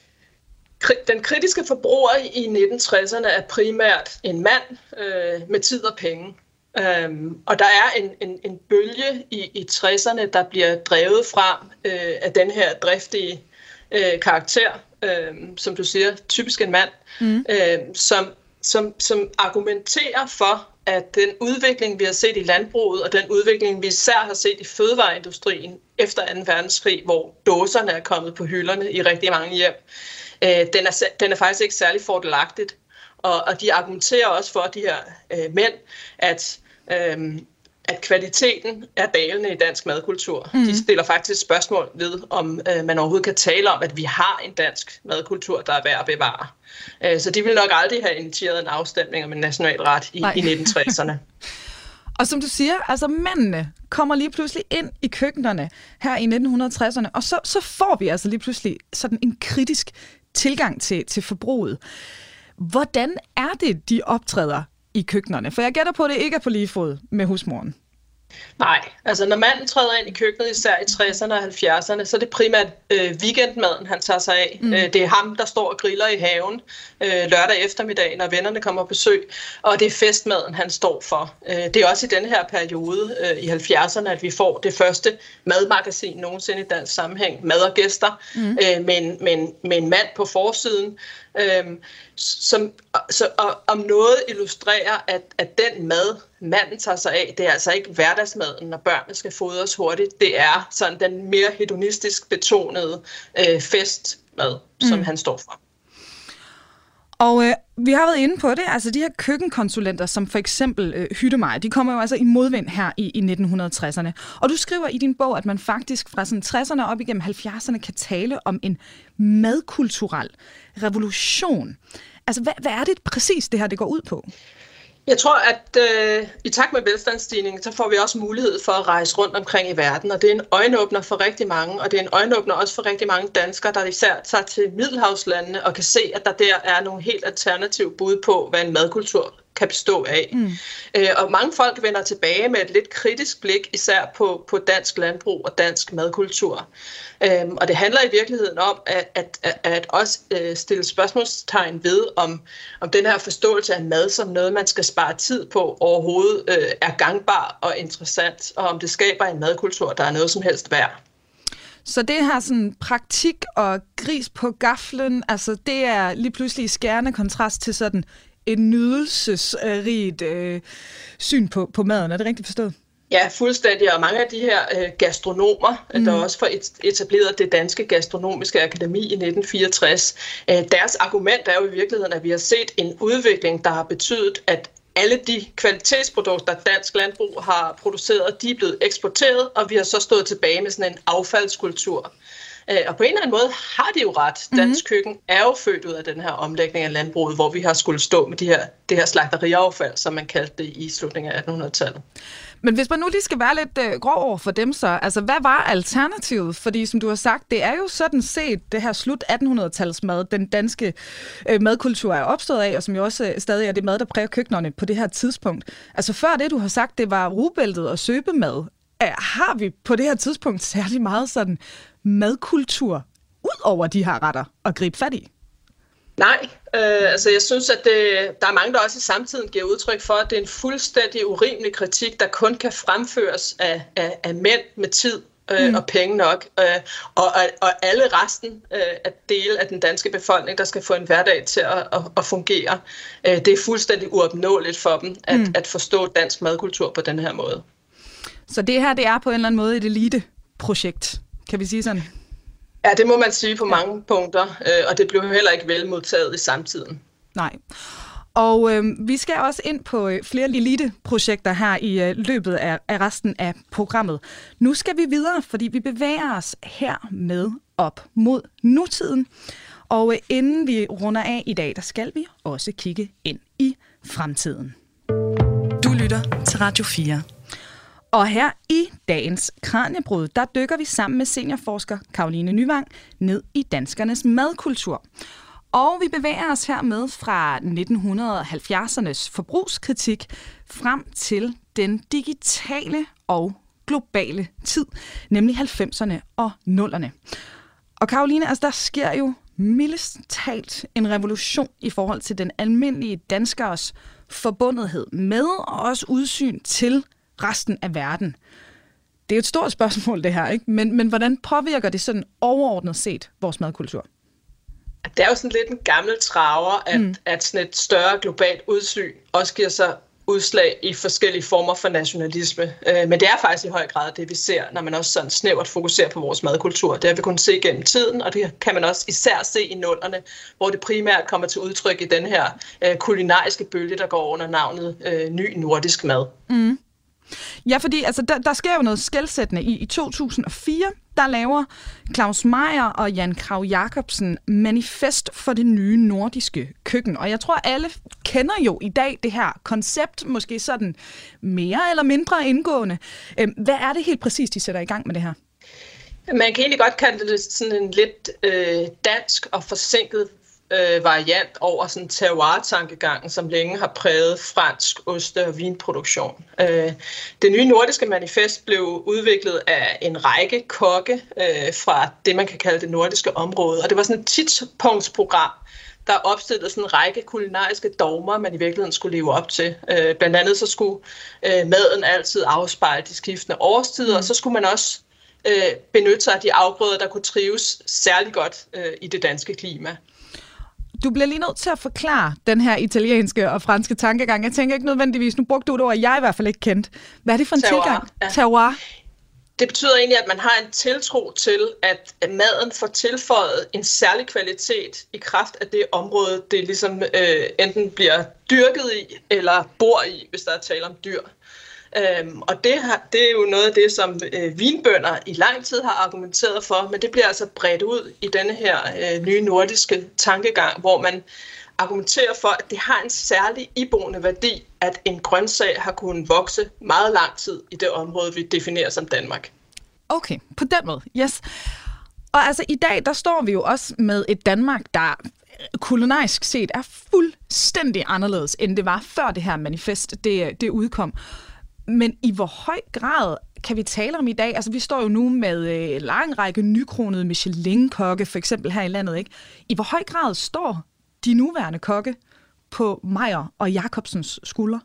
Den kritiske forbruger i nitten tresserne er primært en mand øh, med tid og penge. Um, og der er en, en, en bølge i, i tresserne, der bliver drevet frem øh, af den her driftige øh, karakter, øh, som du siger, typisk en mand, mm. øh, som, som, som argumenterer for, at den udvikling, vi har set i landbruget, og den udvikling, vi især har set i fødevareindustrien efter anden verdenskrig, hvor dåserne er kommet på hylderne i rigtig mange hjem, øh, den, er, den er faktisk ikke særlig fordelagtigt. Og, og de argumenterer også for, de her øh, mænd, at Øhm, at kvaliteten er dalende i dansk madkultur. Mm. De stiller faktisk spørgsmål ved, om øh, man overhovedet kan tale om, at vi har en dansk madkultur, der er værd at bevare. Øh, så de vil nok aldrig have initieret en afstemning om en nationalret i, i nitten tresserne. Og som du siger, altså mændene kommer lige pludselig ind i køkkenerne her i nitten tresserne, og så, så får vi altså lige pludselig sådan en kritisk tilgang til, til forbruget. Hvordan er det, de optræder i køkkenerne? For jeg gætter på, at det ikke er på lige fod med husmoren. Nej, altså når manden træder ind i køkkenet, især i tresserne og halvfjerdserne, så er det primært øh, weekendmaden, han tager sig af. Mm. Øh, det er ham, der står og griller i haven øh, lørdag eftermiddag, når vennerne kommer på besøg, og det er festmaden, han står for. Øh, det er også i den her periode øh, i halvfjerdserne, at vi får det første madmagasin nogensinde i dansk sammenhæng, Mad og Gæster, mm. øh, med, en, med, en, med en mand på forsiden, Øhm, som så, og, om noget illustrerer, at, at den mad, manden tager sig af, det er altså ikke hverdagsmaden, når børnene skal fodres hurtigt. Det er sådan den mere hedonistisk betonede øh, festmad, mm. som han står for. Og øh, vi har været inde på det, altså de her køkkenkonsulenter, som for eksempel øh, Hyttemeier, de kommer jo altså i modvind her i, i nitten tresserne. Og du skriver i din bog, at man faktisk fra sådan tresserne op igennem halvfjerdserne kan tale om en madkulturel revolution. Altså hvad, hvad er det præcis, det her det går ud på? Jeg tror, at øh, i takt med velstandsstigningen, så får vi også mulighed for at rejse rundt omkring i verden, og det er en øjenåbner for rigtig mange, og det er en øjenåbner også for rigtig mange danskere, der især tager til Middelhavslandene og kan se, at der der er nogle helt alternative bud på, hvad en madkultur kan bestå af. Mm. Øh, og mange folk vender tilbage med et lidt kritisk blik, især på, på dansk landbrug og dansk madkultur. Øhm, og det handler i virkeligheden om at, at, at, at også øh, stille spørgsmålstegn ved, om, om den her forståelse af mad som noget, man skal spare tid på, overhovedet øh, er gangbar og interessant, og om det skaber en madkultur, der er noget som helst værd. Så det her sådan praktik og gris på gaflen, altså det er lige pludselig skærende kontrast til sådan en nydelsesrigt øh, syn på, på maden. Er det rigtigt forstået? Ja, fuldstændig. Og mange af de her øh, gastronomer, mm. der også får etableret det danske gastronomiske akademi i nitten fireogtres, øh, deres argument er jo i virkeligheden, at vi har set en udvikling, der har betydet, at alle de kvalitetsprodukter, dansk landbrug har produceret, de er blevet eksporteret, og vi har så stået tilbage med sådan en affaldskultur. Og på en eller anden måde har de jo ret. Dansk mm-hmm. køkken er jo født ud af den her omlægning af landbruget, hvor vi har skulle stå med de her, det her slagteriaffald, som man kaldte det i slutningen af attenhundredetallet. Men hvis man nu lige skal være lidt øh, grov over for dem så, altså hvad var alternativet? Fordi som du har sagt, det er jo sådan set det her slut attenhundredetalsmad, den danske øh, madkultur er opstået af, og som jo også øh, stadig er det mad, der præger køkkenerne på det her tidspunkt. Altså før det, du har sagt, det var rugbæltet og søbemad. Øh, har vi på det her tidspunkt særlig meget sådan madkultur ud over de her retter at gribe fat i? Nej, øh, altså jeg synes, at det, der er mange, der også i samtiden giver udtryk for, at det er en fuldstændig urimelig kritik, der kun kan fremføres af, af, af mænd med tid øh, mm. og penge nok, øh, og, og, og alle resten øh, af dele af den danske befolkning, der skal få en hverdag til at, at, at fungere. Øh, det er fuldstændig uopnåeligt for dem at, mm. at forstå dansk madkultur på den her måde. Så det her, det er på en eller anden måde et eliteprojekt, kan vi sige sådan? Ja, det må man sige på mange punkter, og det blev heller ikke vel modtaget i samtiden. Nej. Og øh, vi skal også ind på flere eliteprojekter her i øh, løbet af, af resten af programmet. Nu skal vi videre, fordi vi bevæger os hermed op mod nutiden. Og øh, inden vi runder af i dag, der skal vi også kigge ind i fremtiden. Du lytter til Radio fire. Og her i dagens Kraniebrud, der dykker vi sammen med seniorforsker Caroline Nyvang ned i danskernes madkultur. Og vi bevæger os hermed fra nitten halvfjerdsernes forbrugskritik frem til den digitale og globale tid, nemlig halvfemserne og nullerne. Og Caroline, altså der sker jo mildest talt en revolution i forhold til den almindelige danskers forbundethed med og også udsyn til resten af verden. Det er jo et stort spørgsmål, det her, ikke? Men, men hvordan påvirker det sådan overordnet set vores madkultur? Det er jo sådan lidt en gammel traver, at, mm. at sådan et større globalt udsyn også giver sig udslag i forskellige former for nationalisme. Men det er faktisk i høj grad det, vi ser, når man også sådan snævert fokuserer på vores madkultur. Det har vi kunnet se gennem tiden, og det kan man også især se i nullerne, hvor det primært kommer til udtryk i den her kulinariske bølge, der går under navnet ny nordisk mad. Mm. Ja, fordi altså, der, der sker jo noget skelsættende. I, I to tusind og fire, der laver Claus Meyer og Jan Krag Jacobsen manifest for det nye nordiske køkken. Og jeg tror, alle kender jo i dag det her koncept, måske sådan mere eller mindre indgående. Hvad er det helt præcis, de sætter i gang med det her? Man kan egentlig godt kalde det sådan en lidt øh, dansk og forsinket Øh, variant over sådan terroir-tankegangen, som længe har præget fransk oste- og vinproduktion. Øh, det nye nordiske manifest blev udviklet af en række kokke øh, fra det, man kan kalde det nordiske område, og det var sådan et tidspunktsprogram, der opstillede sådan en række kulinariske dogmer, man i virkeligheden skulle leve op til. Øh, blandt andet så skulle øh, maden altid afspejle de skiftende årstider, mm. og så skulle man også øh, benytte sig af de afgrøder, der kunne trives særlig godt øh, i det danske klima. Du bliver lige nødt til at forklare den her italienske og franske tankegang. Jeg tænker ikke nødvendigvis, nu brugte du et ord, jeg i hvert fald ikke kendte. Hvad er det for en terroir, tilgang? Ja. Terroir. Det betyder egentlig, at man har en tiltro til, at maden får tilføjet en særlig kvalitet i kraft af det område, det ligesom øh, enten bliver dyrket i eller bor i, hvis der er tale om dyr. Øhm, og det, har, det er jo noget af det, som øh, vinbønder i lang tid har argumenteret for, men det bliver altså bredt ud i denne her øh, nye nordiske tankegang, hvor man argumenterer for, at det har en særlig iboende værdi, at en grøntsag har kunnet vokse meget lang tid i det område, vi definerer som Danmark. Okay, på den måde, yes. Og altså i dag, der står vi jo også med et Danmark, der kulinarisk set er fuldstændig anderledes, end det var før det her manifest, det, det udkom. Men i hvor høj grad kan vi tale om i dag? Altså, vi står jo nu med en lang række nykronede Michelin-kokke, for eksempel her i landet, ikke? I hvor høj grad står de nuværende kokke på Meyer og Jacobsens skuldre?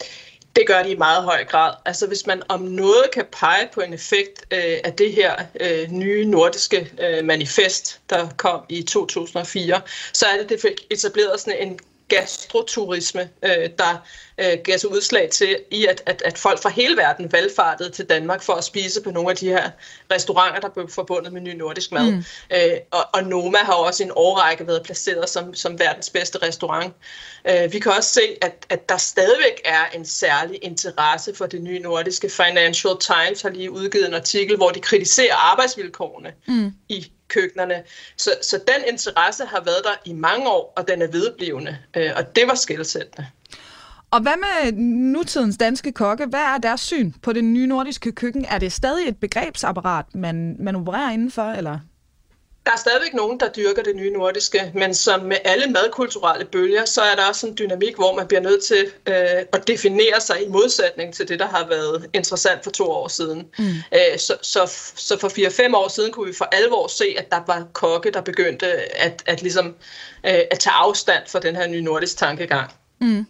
Det gør de i meget høj grad. Altså, hvis man om noget kan pege på en effekt øh, af det her øh, nye nordiske øh, manifest, der kom i to tusind og fire, så er det, det fik etableret sådan en gastroturisme, øh, der øh, gav sig udslag til, i at, at, at folk fra hele verden valgfartede til Danmark for at spise på nogle af de her restauranter, der blev forbundet med Ny Nordisk Mad. Mm. Øh, og, og Noma har også i en årrække været placeret som, som verdens bedste restaurant. Øh, vi kan også se, at, at der stadigvæk er en særlig interesse for det nye nordiske. Financial Times har lige udgivet en artikel, hvor de kritiserer arbejdsvilkårene mm. i køkkenerne. Så, så den interesse har været der i mange år, og den er vedblivende. Øh, og det var skelsættende. Og hvad med nutidens danske kokke? Hvad er deres syn på det nye nordiske køkken? Er det stadig et begrebsapparat, man, man opererer indenfor, eller? Der er stadigvæk nogen, der dyrker det nye nordiske, men som med alle madkulturelle bølger, så er der også en dynamik, hvor man bliver nødt til øh, at definere sig i modsætning til det, der har været interessant for to år siden. Mm. Æ, så, så, så for fire-fem år siden kunne vi for alvor se, at der var kokke, der begyndte at, at, ligesom, øh, at tage afstand fra den her nye nordisk tankegang. Mm.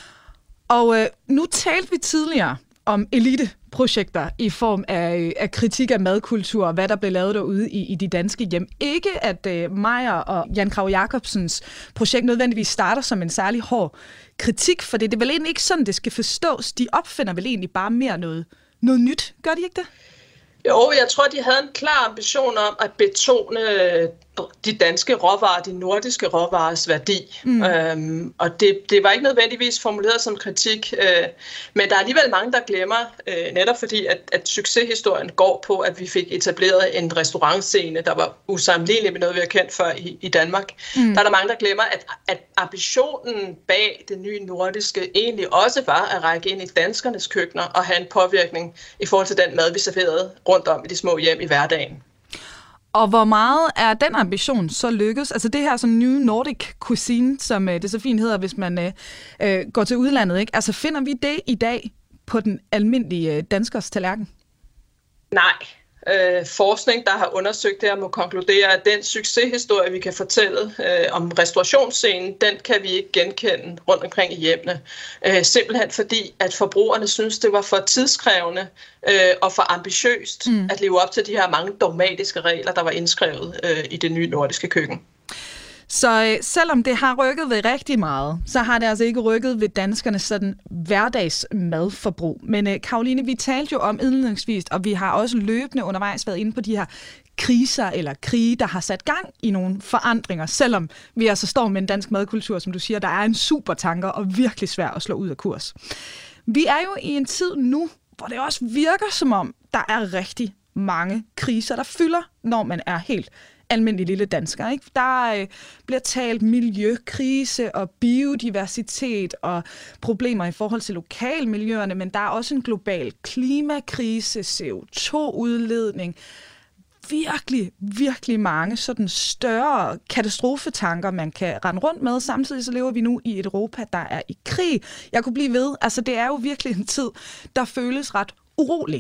Og øh, nu talte vi tidligere om eliteprojekter i form af, af kritik af madkultur og hvad der blev lavet derude i, i de danske hjem. Ikke at øh, Meyer og Jan Krag Jacobsens projekt nødvendigvis starter som en særlig hård kritik, for det, det er vel egentlig ikke sådan, det skal forstås. De opfinder vel egentlig bare mere noget, noget nyt. Gør de ikke det? Jo, jeg tror, de havde en klar ambition om at betone de danske råvarer, de nordiske råvarers værdi. Mm. Øhm, og det, det var ikke nødvendigvis formuleret som kritik, øh, men der er alligevel mange, der glemmer, øh, netop fordi, at, at succeshistorien går på, at vi fik etableret en restaurantscene, der var usammenlignelig med noget, vi har kendt før i, i Danmark. Mm. Der er der mange, der glemmer, at, at ambitionen bag det nye nordiske egentlig også var at række ind i danskernes køkkener og have en påvirkning i forhold til den mad, vi serverede rundt om i de små hjem i hverdagen. Og hvor meget er den ambition så lykkes? Altså det her sådan New Nordic Cuisine, som øh, det så fint hedder, hvis man øh, øh, går til udlandet, ikke? Altså finder vi det i dag på den almindelige øh, danskers tallerken? Nej. Øh, forskning, der har undersøgt det her, må konkludere, at den succeshistorie, vi kan fortælle øh, om restaurationsscenen, den kan vi ikke genkende rundt omkring i hjemmene. Øh, simpelthen fordi, at forbrugerne synes, det var for tidskrævende øh, og for ambitiøst mm. at leve op til de her mange dogmatiske regler, der var indskrevet øh, i det nye nordiske køkken. Så øh, selvom det har rykket ved rigtig meget, så har det altså ikke rykket ved danskernes sådan hverdagsmadforbrug. Men øh, Karoline, vi talte jo om indledningsvis, og vi har også løbende undervejs været inde på de her kriser eller krige, der har sat gang i nogle forandringer, selvom vi altså står med en dansk madkultur, som du siger, der er en supertanker og virkelig svær at slå ud af kurs. Vi er jo i en tid nu, hvor det også virker som om, der er rigtig mange kriser, der fylder, når man er helt almindelig lille dansker, ikke? Der øh, bliver talt miljøkrise og biodiversitet og problemer i forhold til lokalmiljøerne, men der er også en global klimakrise, C O to udledning, virkelig, virkelig mange sådan større katastrofetanker, man kan rende rundt med. Samtidig så lever vi nu i et Europa, der er i krig. Jeg kunne blive ved. Altså, det er jo virkelig en tid, der føles ret urolig.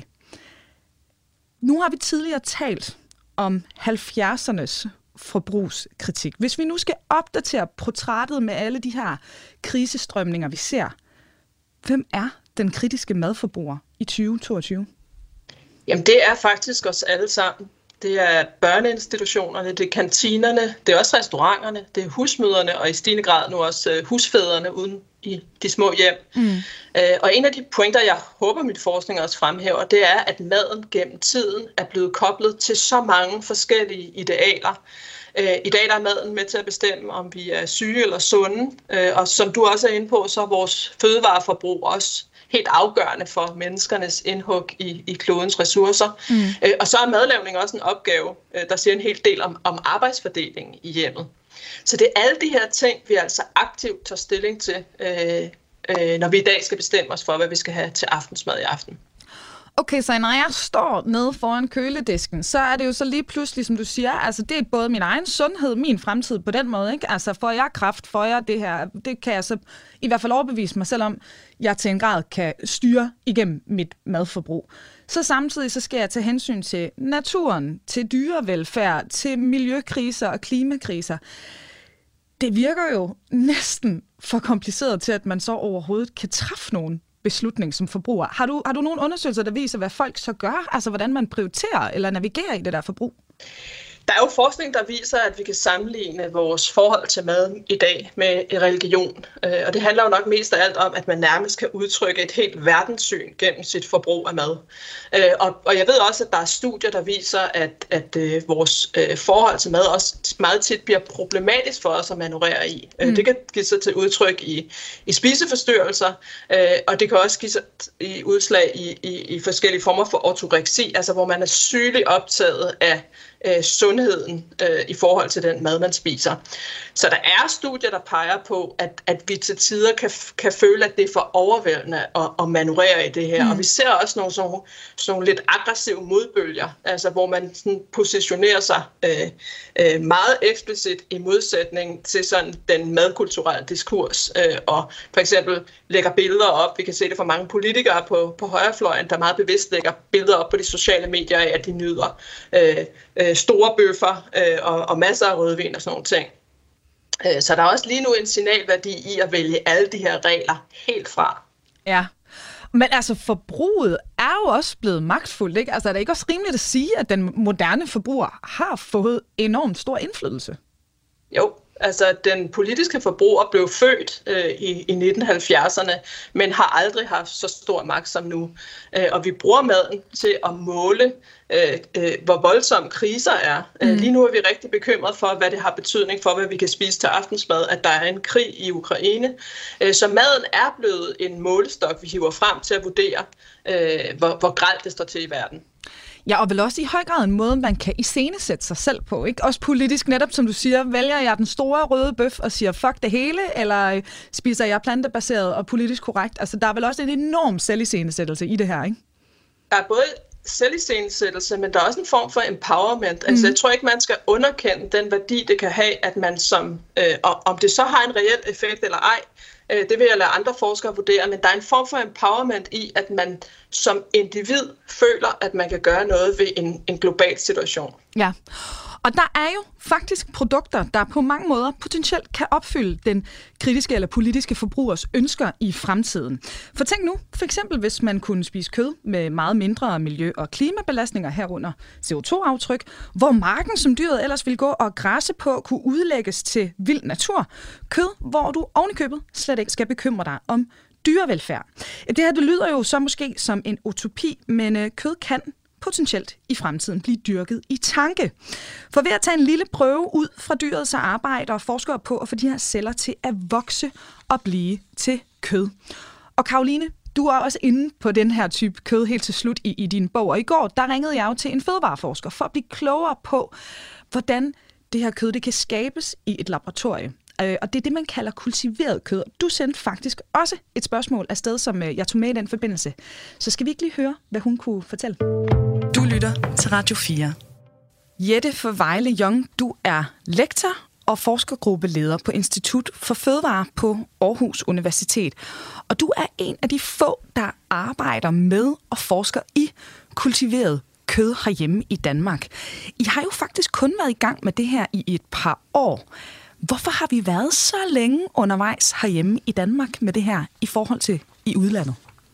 Nu har vi tidligere talt om halvfjerdsernes forbrugskritik. Hvis vi nu skal opdatere portrættet med alle de her krisestrømninger, vi ser, hvem er den kritiske madforbruger i tyve toogtyve? Jamen, det er faktisk os alle sammen. Det er børneinstitutionerne, det er kantinerne, det er også restauranterne, det er husmødrene og i stigende grad nu også husfædrene uden i de små hjem. Mm. Øh, og en af de pointer, jeg håber, mit forskning også fremhæver, det er, at maden gennem tiden er blevet koblet til så mange forskellige idealer. Øh, I dag der er maden med til at bestemme, om vi er syge eller sunde, øh, og som du også er inde på, så er vores fødevareforbrug også helt afgørende for menneskernes indhug i, i klodens ressourcer. Mm. Øh, og så er madlavning også en opgave, øh, der siger en hel del om, om arbejdsfordelingen i hjemmet. Så det er alle de her ting, vi altså aktivt tager stilling til, øh, øh, når vi i dag skal bestemme os for, hvad vi skal have til aftensmad i aften. Okay, så når jeg står nede foran køledisken, så er det jo så lige pludselig, som du siger, altså det er både min egen sundhed, min fremtid på den måde, ikke? Altså får jeg kræft, får jeg det her, det kan jeg så i hvert fald overbevise mig selv om, jeg til en grad kan styre igennem mit madforbrug. Så samtidig så skal jeg tage hensyn til naturen, til dyrevelfærd, til miljøkriser og klimakriser. Det virker jo næsten for kompliceret til, at man så overhovedet kan træffe nogen beslutning som forbruger. Har du, har du nogle undersøgelser, der viser, hvad folk så gør? Altså, hvordan man prioriterer eller navigerer i det der forbrug? Der er jo forskning, der viser, at vi kan sammenligne vores forhold til mad i dag med religion. Og det handler jo nok mest af alt om, at man nærmest kan udtrykke et helt verdenssyn gennem sit forbrug af mad. Og jeg ved også, at der er studier, der viser, at, at vores forhold til mad også meget tit bliver problematisk for os at manøvrere i. Mm. Det kan give sig til udtryk i, i spiseforstyrrelser, og det kan også give sig i udslag i, i, i forskellige former for ortoreksi, altså hvor man er sygeligt optaget af øh, sundheden øh, i forhold til den mad, man spiser. Så der er studier, der peger på, at, at vi til tider kan, kan føle, at det er for overvældende at, at manøvrere i det her. Mm. Og vi ser også nogle, sådan, sådan nogle lidt aggressive modbølger, altså hvor man sådan positionerer sig øh, øh, meget eksplicit i modsætning til sådan den madkulturelle diskurs, øh, og for eksempel lægger billeder op. Vi kan se det for mange politikere på, på højrefløjen, der meget bevidst lægger billeder op på de sociale medier af, at de nyder øh, øh, store bøffer øh, og, og masser af rødvin og sådan nogle ting. Øh, så der er også lige nu en signalværdi i at vælge alle de her regler helt fra. Ja, men altså forbruget er jo også blevet magtfuldt, ikke? Altså er det ikke også rimeligt at sige, at den moderne forbruger har fået enormt stor indflydelse? Jo. Altså, den politiske forbruger blev født øh, i, i nitten halvfjerdserne, men har aldrig haft så stor magt som nu. Øh, og vi bruger maden til at måle, øh, øh, hvor voldsomme kriser er. Mm. Øh, lige nu er vi rigtig bekymret for, hvad det har betydning for, hvad vi kan spise til aftensmad, at der er en krig i Ukraine. Øh, så maden er blevet en målestok, vi hiver frem til at vurdere, øh, hvor, hvor grelt det står til i verden. Ja, og vel også i høj grad en måde, man kan iscenesætte sig selv på, ikke? Også politisk, netop som du siger, vælger jeg den store røde bøf og siger fuck det hele, eller spiser jeg plantebaseret og politisk korrekt? Altså, der er vel også en enorm selviscenesættelse i det her, ikke? Der er både selviscenesættelse, men der er også en form for empowerment. Altså, mm. jeg tror ikke, man skal underkende den værdi, det kan have, at man som, øh, og om det så har en reel effekt eller ej, øh, det vil jeg lade andre forskere vurdere, men der er en form for empowerment i, at man som individ føler, at man kan gøre noget ved en, en global situation. Ja, og der er jo faktisk produkter, der på mange måder potentielt kan opfylde den kritiske eller politiske forbrugers ønsker i fremtiden. For tænk nu, for eksempel hvis man kunne spise kød med meget mindre miljø- og klimabelastninger herunder C O to aftryk, hvor marken, som dyret ellers ville gå og græsse på, kunne udlægges til vild natur. Kød, hvor du ovenikøbet slet ikke skal bekymre dig om dyrevelfærd. Det her, det lyder jo så måske som en utopi, men øh, kød kan potentielt i fremtiden blive dyrket i tanke. For ved at tage en lille prøve ud fra dyret, så arbejder forskere på at få de her celler til at vokse og blive til kød. Og Caroline, du er også inde på den her type kød helt til slut i, i din bog, og i går, der ringede jeg jo til en fødevareforsker for at blive klogere på, hvordan det her kød det kan skabes i et laboratorium. Og det er det, man kalder kultiveret kød. Du sendte faktisk også et spørgsmål afsted, som jeg tog med i den forbindelse. Så skal vi ikke lige høre, hvad hun kunne fortælle? Du lytter til Radio fire. Jette for Vejle Young, du er lektor og forskergruppeleder på Institut for Fødevare på Aarhus Universitet. Og du er en af de få, der arbejder med og forsker i kultiveret kød herhjemme i Danmark. I har jo faktisk kun været i gang med det her i et par år. Hvorfor har vi været så længe undervejs herhjemme i Danmark med det her i forhold til i udlandet?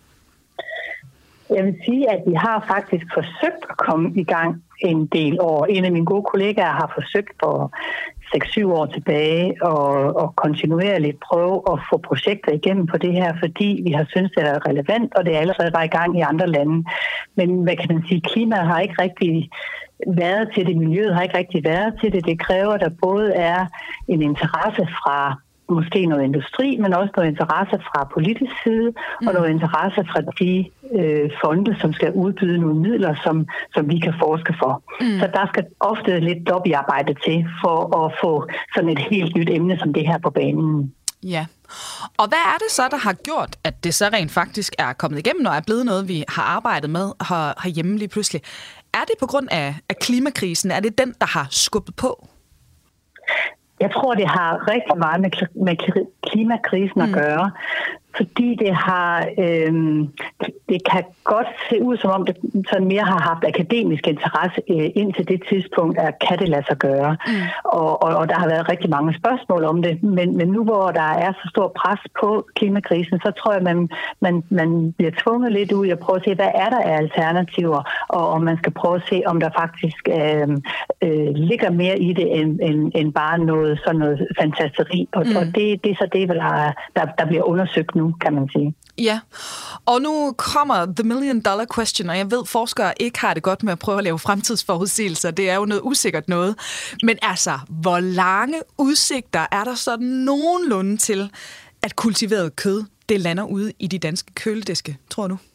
Jeg vil sige, at vi har faktisk forsøgt at komme i gang en del år. En af mine gode kollegaer har forsøgt for seks syv år tilbage og, og kontinuerligt prøve at få projekter igennem på det her, fordi vi har syntes, det er relevant, og det er allerede var i gang i andre lande. Men hvad kan man sige, klimaet har ikke rigtig været til det, miljøet har ikke rigtig været til det. Det kræver, at der både er en interesse fra måske noget industri, men også noget interesse fra politisk side, mm. og noget interesse fra de øh, fonde, som skal udbyde nogle midler, som, som vi kan forske for. Mm. Så der skal ofte lidt lobbyarbejde til for at få sådan et helt nyt emne som det her på banen. Ja. Og hvad er det så, der har gjort, at det så rent faktisk er kommet igennem, og er blevet noget, vi har arbejdet med her, herhjemme lige pludselig? Er det på grund af, af klimakrisen? Er det den, der har skubbet på? Jeg tror, det har rigtig meget med, med klimakrisen at gøre. Fordi det har, øh, det kan godt se ud som om det sådan mere har haft akademisk interesse øh, indtil det tidspunkt, at kan det lade sig gøre. Mm. Og, og, og der har været rigtig mange spørgsmål om det, men, men nu hvor der er så stor pres på klimakrisen, så tror jeg, man, man, man bliver tvunget lidt ud og prøve at se, hvad er der af alternativer, og om man skal prøve at se, om der faktisk øh, øh, ligger mere i det, end, end, end bare noget, sådan noget fantasteri. Og, mm. og det, det er så det, der, der, der bliver undersøgt nu, kan man sige. Ja, og nu kommer the million dollar question, og jeg ved, forskere ikke har det godt med at prøve at lave fremtidsforudsigelser. Det er jo noget usikkert noget. Men altså, hvor lange udsigter er der sådan nogenlunde til, at kultiveret kød, det lander ude i de danske kølediske, tror du?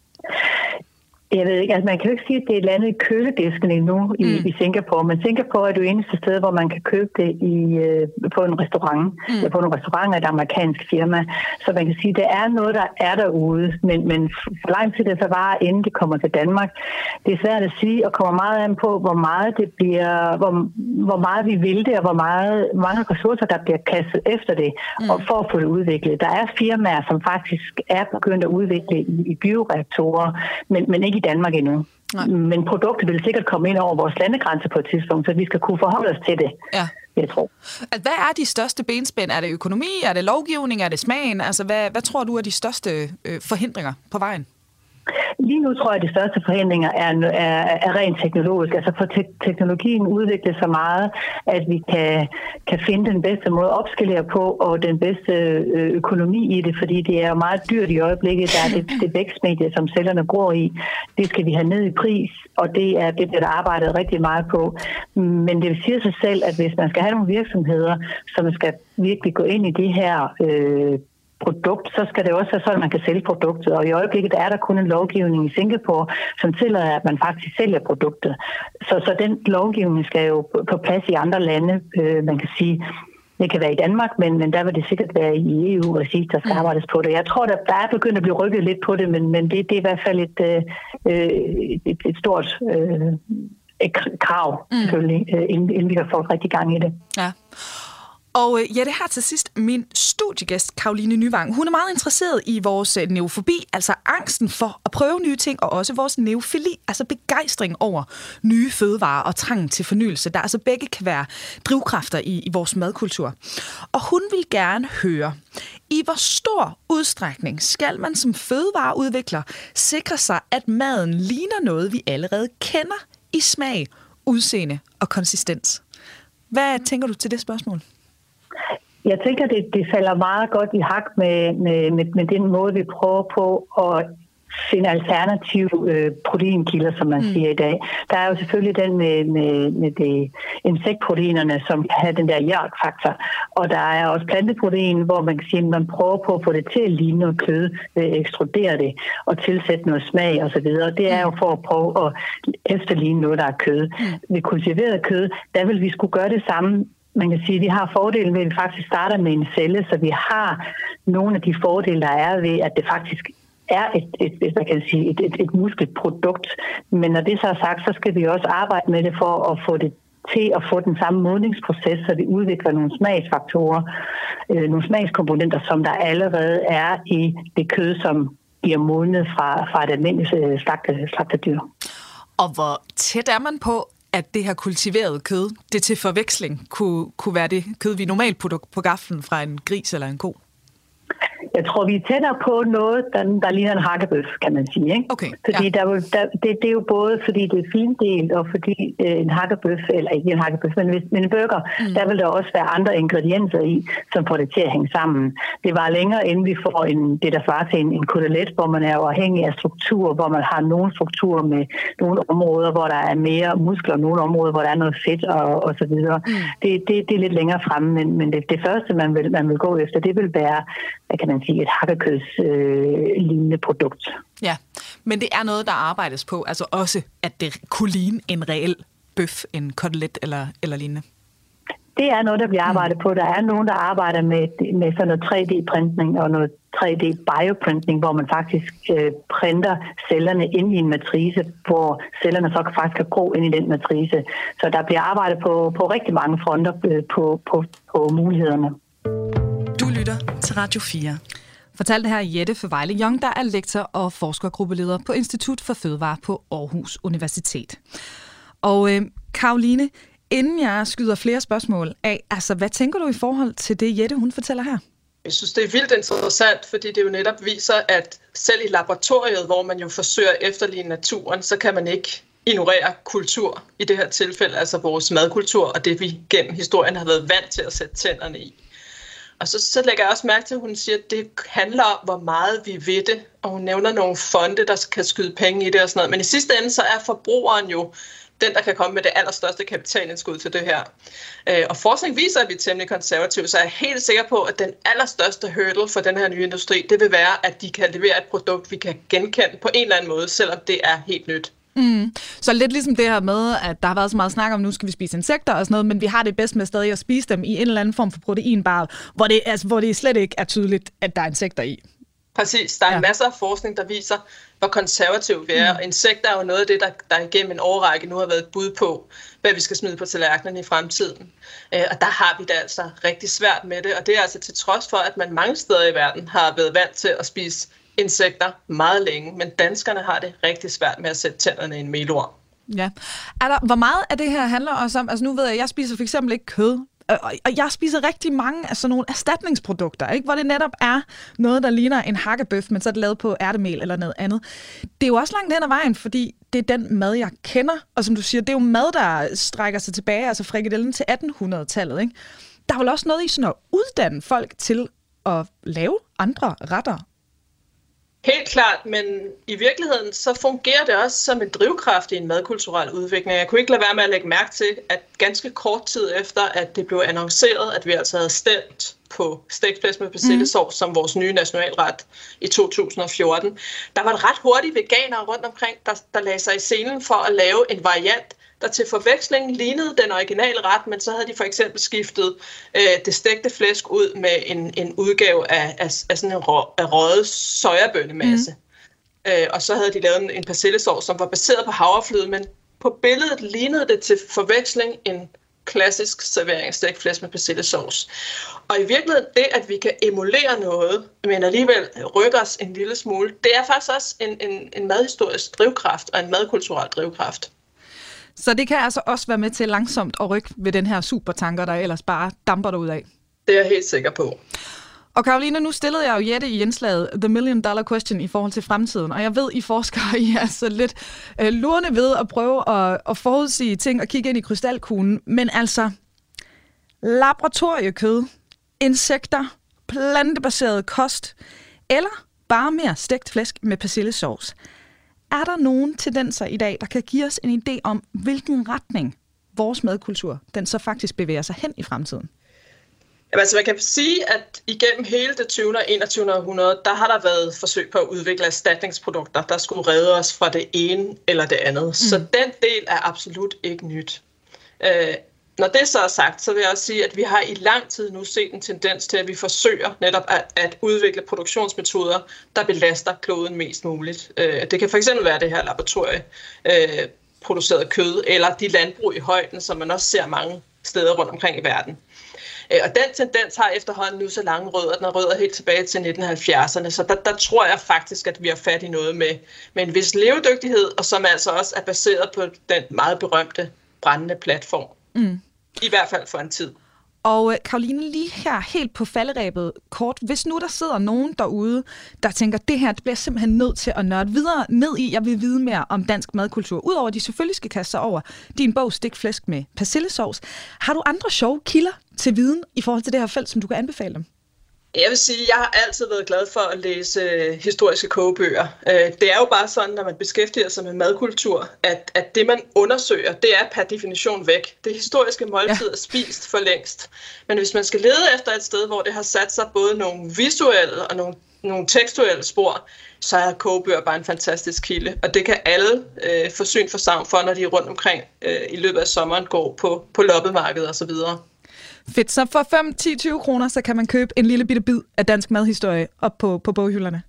Jeg ved ikke, altså man kan jo ikke sige, at det er landet i køledisken endnu i, mm. i Singapore, men Singapore er det eneste sted, hvor man kan købe det i, øh, på en restaurant. Mm. Ja, på en restaurant af et amerikansk firma. Så man kan sige, at det er noget, der er derude, men, men for lang tid det så varer, inden det kommer til Danmark. Det er svært at sige, og kommer meget an på, hvor meget det bliver, hvor, hvor meget vi vil det, og hvor meget, mange ressourcer, der bliver kastet efter det, mm. og for at få det udviklet. Der er firmaer, som faktisk er begyndt at udvikle i, i bioreaktorer, men, men ikke i Danmark endnu. Nej. Men produktet vil sikkert komme ind over vores landegrænse på et tidspunkt, så vi skal kunne forholde os til det, ja. jeg tror. Hvad er de største benspænd? Er det økonomi? Er det lovgivning? Er det smagen? Altså, hvad, hvad tror du er de største øh, forhindringer på vejen? Lige nu tror jeg, at de største forhindringer er, er, er rent teknologisk. Altså for te- teknologien udvikler så meget, at vi kan, kan finde den bedste måde at opskalere på, og den bedste økonomi i det, fordi det er jo meget dyrt i øjeblikket. Der er det, det vækstmedie, som cellerne gror i. Det skal vi have ned i pris, og det er det, der arbejdet rigtig meget på. Men det siger sig selv, at hvis man skal have nogle virksomheder, som skal virkelig gå ind i det her øh, produkt, så skal det også være sådan, at man kan sælge produktet. Og i øjeblikket er der kun en lovgivning i Singapore, som tillader, at man faktisk sælger produktet. Så, så den lovgivning skal jo på plads i andre lande. Øh, man kan sige, det kan være i Danmark, men, men der vil det sikkert være i E U-regi, der skal arbejdes på det. Jeg tror, der, der er begyndt at blive rykket lidt på det, men, men det, det er i hvert fald et, øh, et, et stort øh, et krav, mm. selvfølgelig, øh, inden, inden vi kan få rigtig gang i det. Ja. Og ja, det her til sidst, min studiegæst, Caroline Nyvang, hun er meget interesseret i vores neofobi, altså angsten for at prøve nye ting, og også vores neofili, altså begejstring over nye fødevarer og trangen til fornyelse, der altså begge kan være drivkræfter i, i vores madkultur. Og hun vil gerne høre, i hvor stor udstrækning skal man som fødevareudvikler sikre sig, at maden ligner noget, vi allerede kender i smag, udseende og konsistens? Hvad tænker du til det spørgsmål? Jeg tænker, det, det falder meget godt i hak med, med, med, med den måde, vi prøver på at finde alternative øh, proteinkilder, som man mm. siger i dag. Der er jo selvfølgelig den med, med, med de insektproteinerne, som kan have den der jerkfaktor. Og der er også planteprotein, hvor man kan sige, at man prøver på at få det til at ligne noget kød, øh, ekstrudere det og tilsætte noget smag osv. Det er jo for at prøve at efterligne noget, der er kød. Mm. Ved kultiveret kød, der vil vi skulle gøre det samme. Man kan sige, at vi har fordelen ved, at vi faktisk starter med en celle, så vi har nogle af de fordele, der er ved, at det faktisk er et, et, et, hvad kan jeg sige, et, et, et muskelprodukt. Men når det så er sagt, så skal vi også arbejde med det for at få det til at få den samme modningsproces, så vi udvikler nogle smagsfaktorer, øh, nogle smagskomponenter, som der allerede er i det kød, som bliver modnet fra, fra et almindeligt øh, slagte, slagtedyr. Og hvor tæt er man på, at det her kultiverede kød, det til forveksling, kunne, kunne være det kød, vi normalt putter på gaflen fra en gris eller en ko? Jeg tror, vi er tættere på noget, der, der ligner en hakkebøf, kan man sige. Ikke? Okay, fordi ja. der, der, det, det er jo både, fordi det er findelt, og fordi øh, en hakkebøf, eller ikke en hakkebøf, men, men en burger, mm. der vil der også være andre ingredienser i, som får det til at hænge sammen. Det var længere, inden vi får en, det, der svarer til en, en kotelet, hvor man er afhængig af struktur, hvor man har nogle strukturer med nogle områder, hvor der er mere muskler, nogle områder, hvor der er noget fedt og, og så videre. Mm. Det, det, det er lidt længere fremme, men, men det, det første, man vil, man vil gå efter, det vil være, hvad kan man sige, et hakkekøds-lignende øh, produkt. Ja, men det er noget, der arbejdes på, altså også, at det kunne ligne en reel bøf, en kotelet eller, eller lignende. Det er noget, der bliver arbejdet på. Der er nogen, der arbejder med, med sådan noget tre D-printning og noget tre D-bioprinting, hvor man faktisk øh, printer cellerne ind i en matrice, hvor cellerne så faktisk kan gro ind i den matrice. Så der bliver arbejdet på, på rigtig mange fronter øh, på, på, på mulighederne. Du lytter til Radio fire. Fortalte her Jette for Vejle Young, der er lektor og forskergruppeleder på Institut for Fødevare på Aarhus Universitet. Og øh, Karoline, inden jeg skyder flere spørgsmål af, altså hvad tænker du i forhold til det, Jette hun fortæller her? Jeg synes, det er vildt interessant, fordi det jo netop viser, at selv i laboratoriet, hvor man jo forsøger at efterligne naturen, så kan man ikke ignorere kultur i det her tilfælde, altså vores madkultur og det, vi gennem historien har været vant til at sætte tænderne i. Og så, så lægger jeg også mærke til, at hun siger, at det handler om, hvor meget vi ved det, og hun nævner nogle fonde, der kan skyde penge i det og sådan noget. Men i sidste ende, så er forbrugeren jo den, der kan komme med det allerstørste kapitalindskud til det her. Og forskning viser, at vi er temmelig konservative, så jeg er helt sikker på, at den allerstørste hurdle for den her nye industri, det vil være, at de kan levere et produkt, vi kan genkende på en eller anden måde, selvom det er helt nyt. Mm. Så lidt ligesom det her med, at der har været så meget snak om, nu skal vi spise insekter og sådan noget, men vi har det bedst med stadig at spise dem i en eller anden form for proteinbar, hvor det, altså, hvor det slet ikke er tydeligt, at der er insekter i. Præcis. Der er ja. masser af forskning, der viser, hvor konservativ vi er. Mm. Og insekter er jo noget af det, der, der igennem en årrække nu har været et bud på, hvad vi skal smide på tallerkenen i fremtiden. Øh, og der har vi det altså rigtig svært med det. Og det er altså til trods for, at man mange steder i verden har været vant til at spise insekter meget længe. Men danskerne har det rigtig svært med at sætte tænderne i en melorm. Ja. Er der, hvor meget af det her handler også om? Altså nu ved jeg, at jeg spiser for eksempel ikke kød. Og jeg spiser rigtig mange af sådan nogle erstatningsprodukter, ikke? Hvor det netop er noget, der ligner en hakkebøf, men så er det lavet på ærtemel eller noget andet. Det er jo også langt hen ad vejen, fordi det er den mad, jeg kender. Og som du siger, det er jo mad, der strækker sig tilbage, altså frikadellen til attenhundredetallet. Ikke? Der er vel også noget i sådan at uddanne folk til at lave andre retter. Helt klart, men i virkeligheden så fungerer det også som en drivkraft i en madkulturel udvikling. Jeg kunne ikke lade være med at lægge mærke til, at ganske kort tid efter, at det blev annonceret, at vi altså havde stemt på stegt flæsk med persillesovs mm. som vores nye nationalret i to tusind og fjorten, der var ret hurtigt veganere rundt omkring, der, der lagde sig i scenen for at lave en variant, der til forveksling lignede den originale ret, men så havde de for eksempel skiftet øh, det stegte flæsk ud med en, en udgave af, af, af sådan en rå, af røget sojabønnemasse. Mm. Øh, og så havde de lavet en, en persillesovs, som var baseret på havrefløde, men på billedet lignede det til forveksling en klassisk servering af stegt flæsk med persillesovs. Og i virkeligheden det, at vi kan emulere noget, men alligevel rykke os en lille smule, det er faktisk også en, en, en madhistorisk drivkraft og en madkulturel drivkraft. Så det kan altså også være med til langsomt at rykke ved den her supertanker, der ellers bare damper derud af. Det er jeg helt sikker på. Og Karoline, nu stillede jeg jo Jette i indslaget The Million Dollar Question i forhold til fremtiden, og jeg ved, I forskere I er så lidt øh, lurende ved at prøve at, at forudsige ting og kigge ind i krystalkuglen, men altså laboratoriekød, insekter, plantebaseret kost, eller bare mere stegt flæsk med persillesovs. Er der nogen tendenser i dag, der kan give os en idé om, hvilken retning vores madkultur den så faktisk bevæger sig hen i fremtiden? Jamen, altså man kan sige, at igennem hele det tyvende og enogtyvende århundrede, der har der været forsøg på at udvikle erstatningsprodukter, der skulle redde os fra det ene eller det andet. Mm. Så den del er absolut ikke nyt. Øh, når det så er sagt, så vil jeg også sige, at vi har i lang tid nu set en tendens til, at vi forsøger netop at, at udvikle produktionsmetoder, der belaster kloden mest muligt. Øh, det kan fx være det her laboratorie øh, produceret kød, eller de landbrug i højden, som man også ser mange steder rundt omkring i verden. Og den tendens har efterhånden nu så lange rødder, den er rødder helt tilbage til nitten halvfjerdserne, så der, der tror jeg faktisk, at vi har fat i noget med, med en vis levedygtighed, og som altså også er baseret på den meget berømte brændende platform. Mm. I hvert fald for en tid. Og Karoline, lige her helt på falderebet kort, hvis nu der sidder nogen derude, der tænker, det her det bliver simpelthen nødt til at nørde videre ned i, jeg vil vide mere om dansk madkultur, udover at de selvfølgelig skal kaste sig over din bog Stegt flæsk med persillesovs. Har du andre sjove kilder til viden i forhold til det her felt, som du kan anbefale dem? Jeg vil sige, at jeg har altid været glad for at læse historiske kogebøger. Det er jo bare sådan, når man beskæftiger sig med madkultur, at, at det, man undersøger, det er per definition væk. Det historiske måltid er spist for længst. Men hvis man skal lede efter et sted, hvor det har sat sig både nogle visuelle og nogle, nogle tekstuelle spor, så er kogebøger bare en fantastisk kilde. Og det kan alle øh, få syn for savn for, når de er rundt omkring øh, i løbet af sommeren går på, på loppemarkedet osv. Fedt. Så for fem, ti, tyve kroner, så kan man købe en lille bitte bid af dansk madhistorie op på, på boghylderne.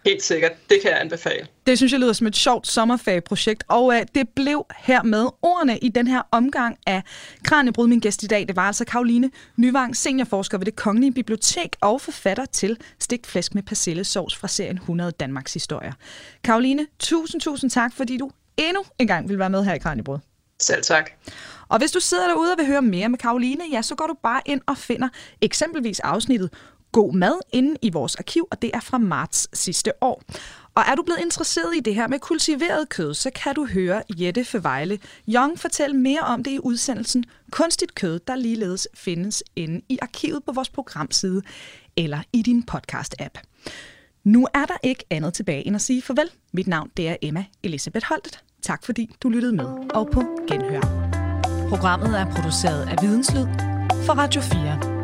Helt sikkert. Det kan jeg anbefale. Det synes jeg lyder som et sjovt sommerferieprojekt, og øh, det blev hermed ordene i den her omgang af Kraniebrud. Min gæst i dag, det var altså Caroline Nyvang, seniorforsker ved Det Kongelige Bibliotek og forfatter til Stegt flæsk med persillesovs fra serien hundrede Danmarks historier. Caroline, tusind, tusind tak, fordi du endnu en gang vil være med her i Kraniebrud. Selv tak. Og hvis du sidder derude og vil høre mere med Caroline, ja, så går du bare ind og finder eksempelvis afsnittet God Mad inde i vores arkiv, og det er fra marts sidste år. Og er du blevet interesseret i det her med kultiveret kød, så kan du høre Jette Fevejle Young fortælle mere om det i udsendelsen Kunstigt Kød, der ligeledes findes inde i arkivet på vores programside eller i din podcast-app. Nu er der ikke andet tilbage end at sige farvel. Mit navn det er Emma Elisabeth Holtet. Tak fordi du lyttede med, og på genhør. Programmet er produceret af Videnslyd for Radio fire.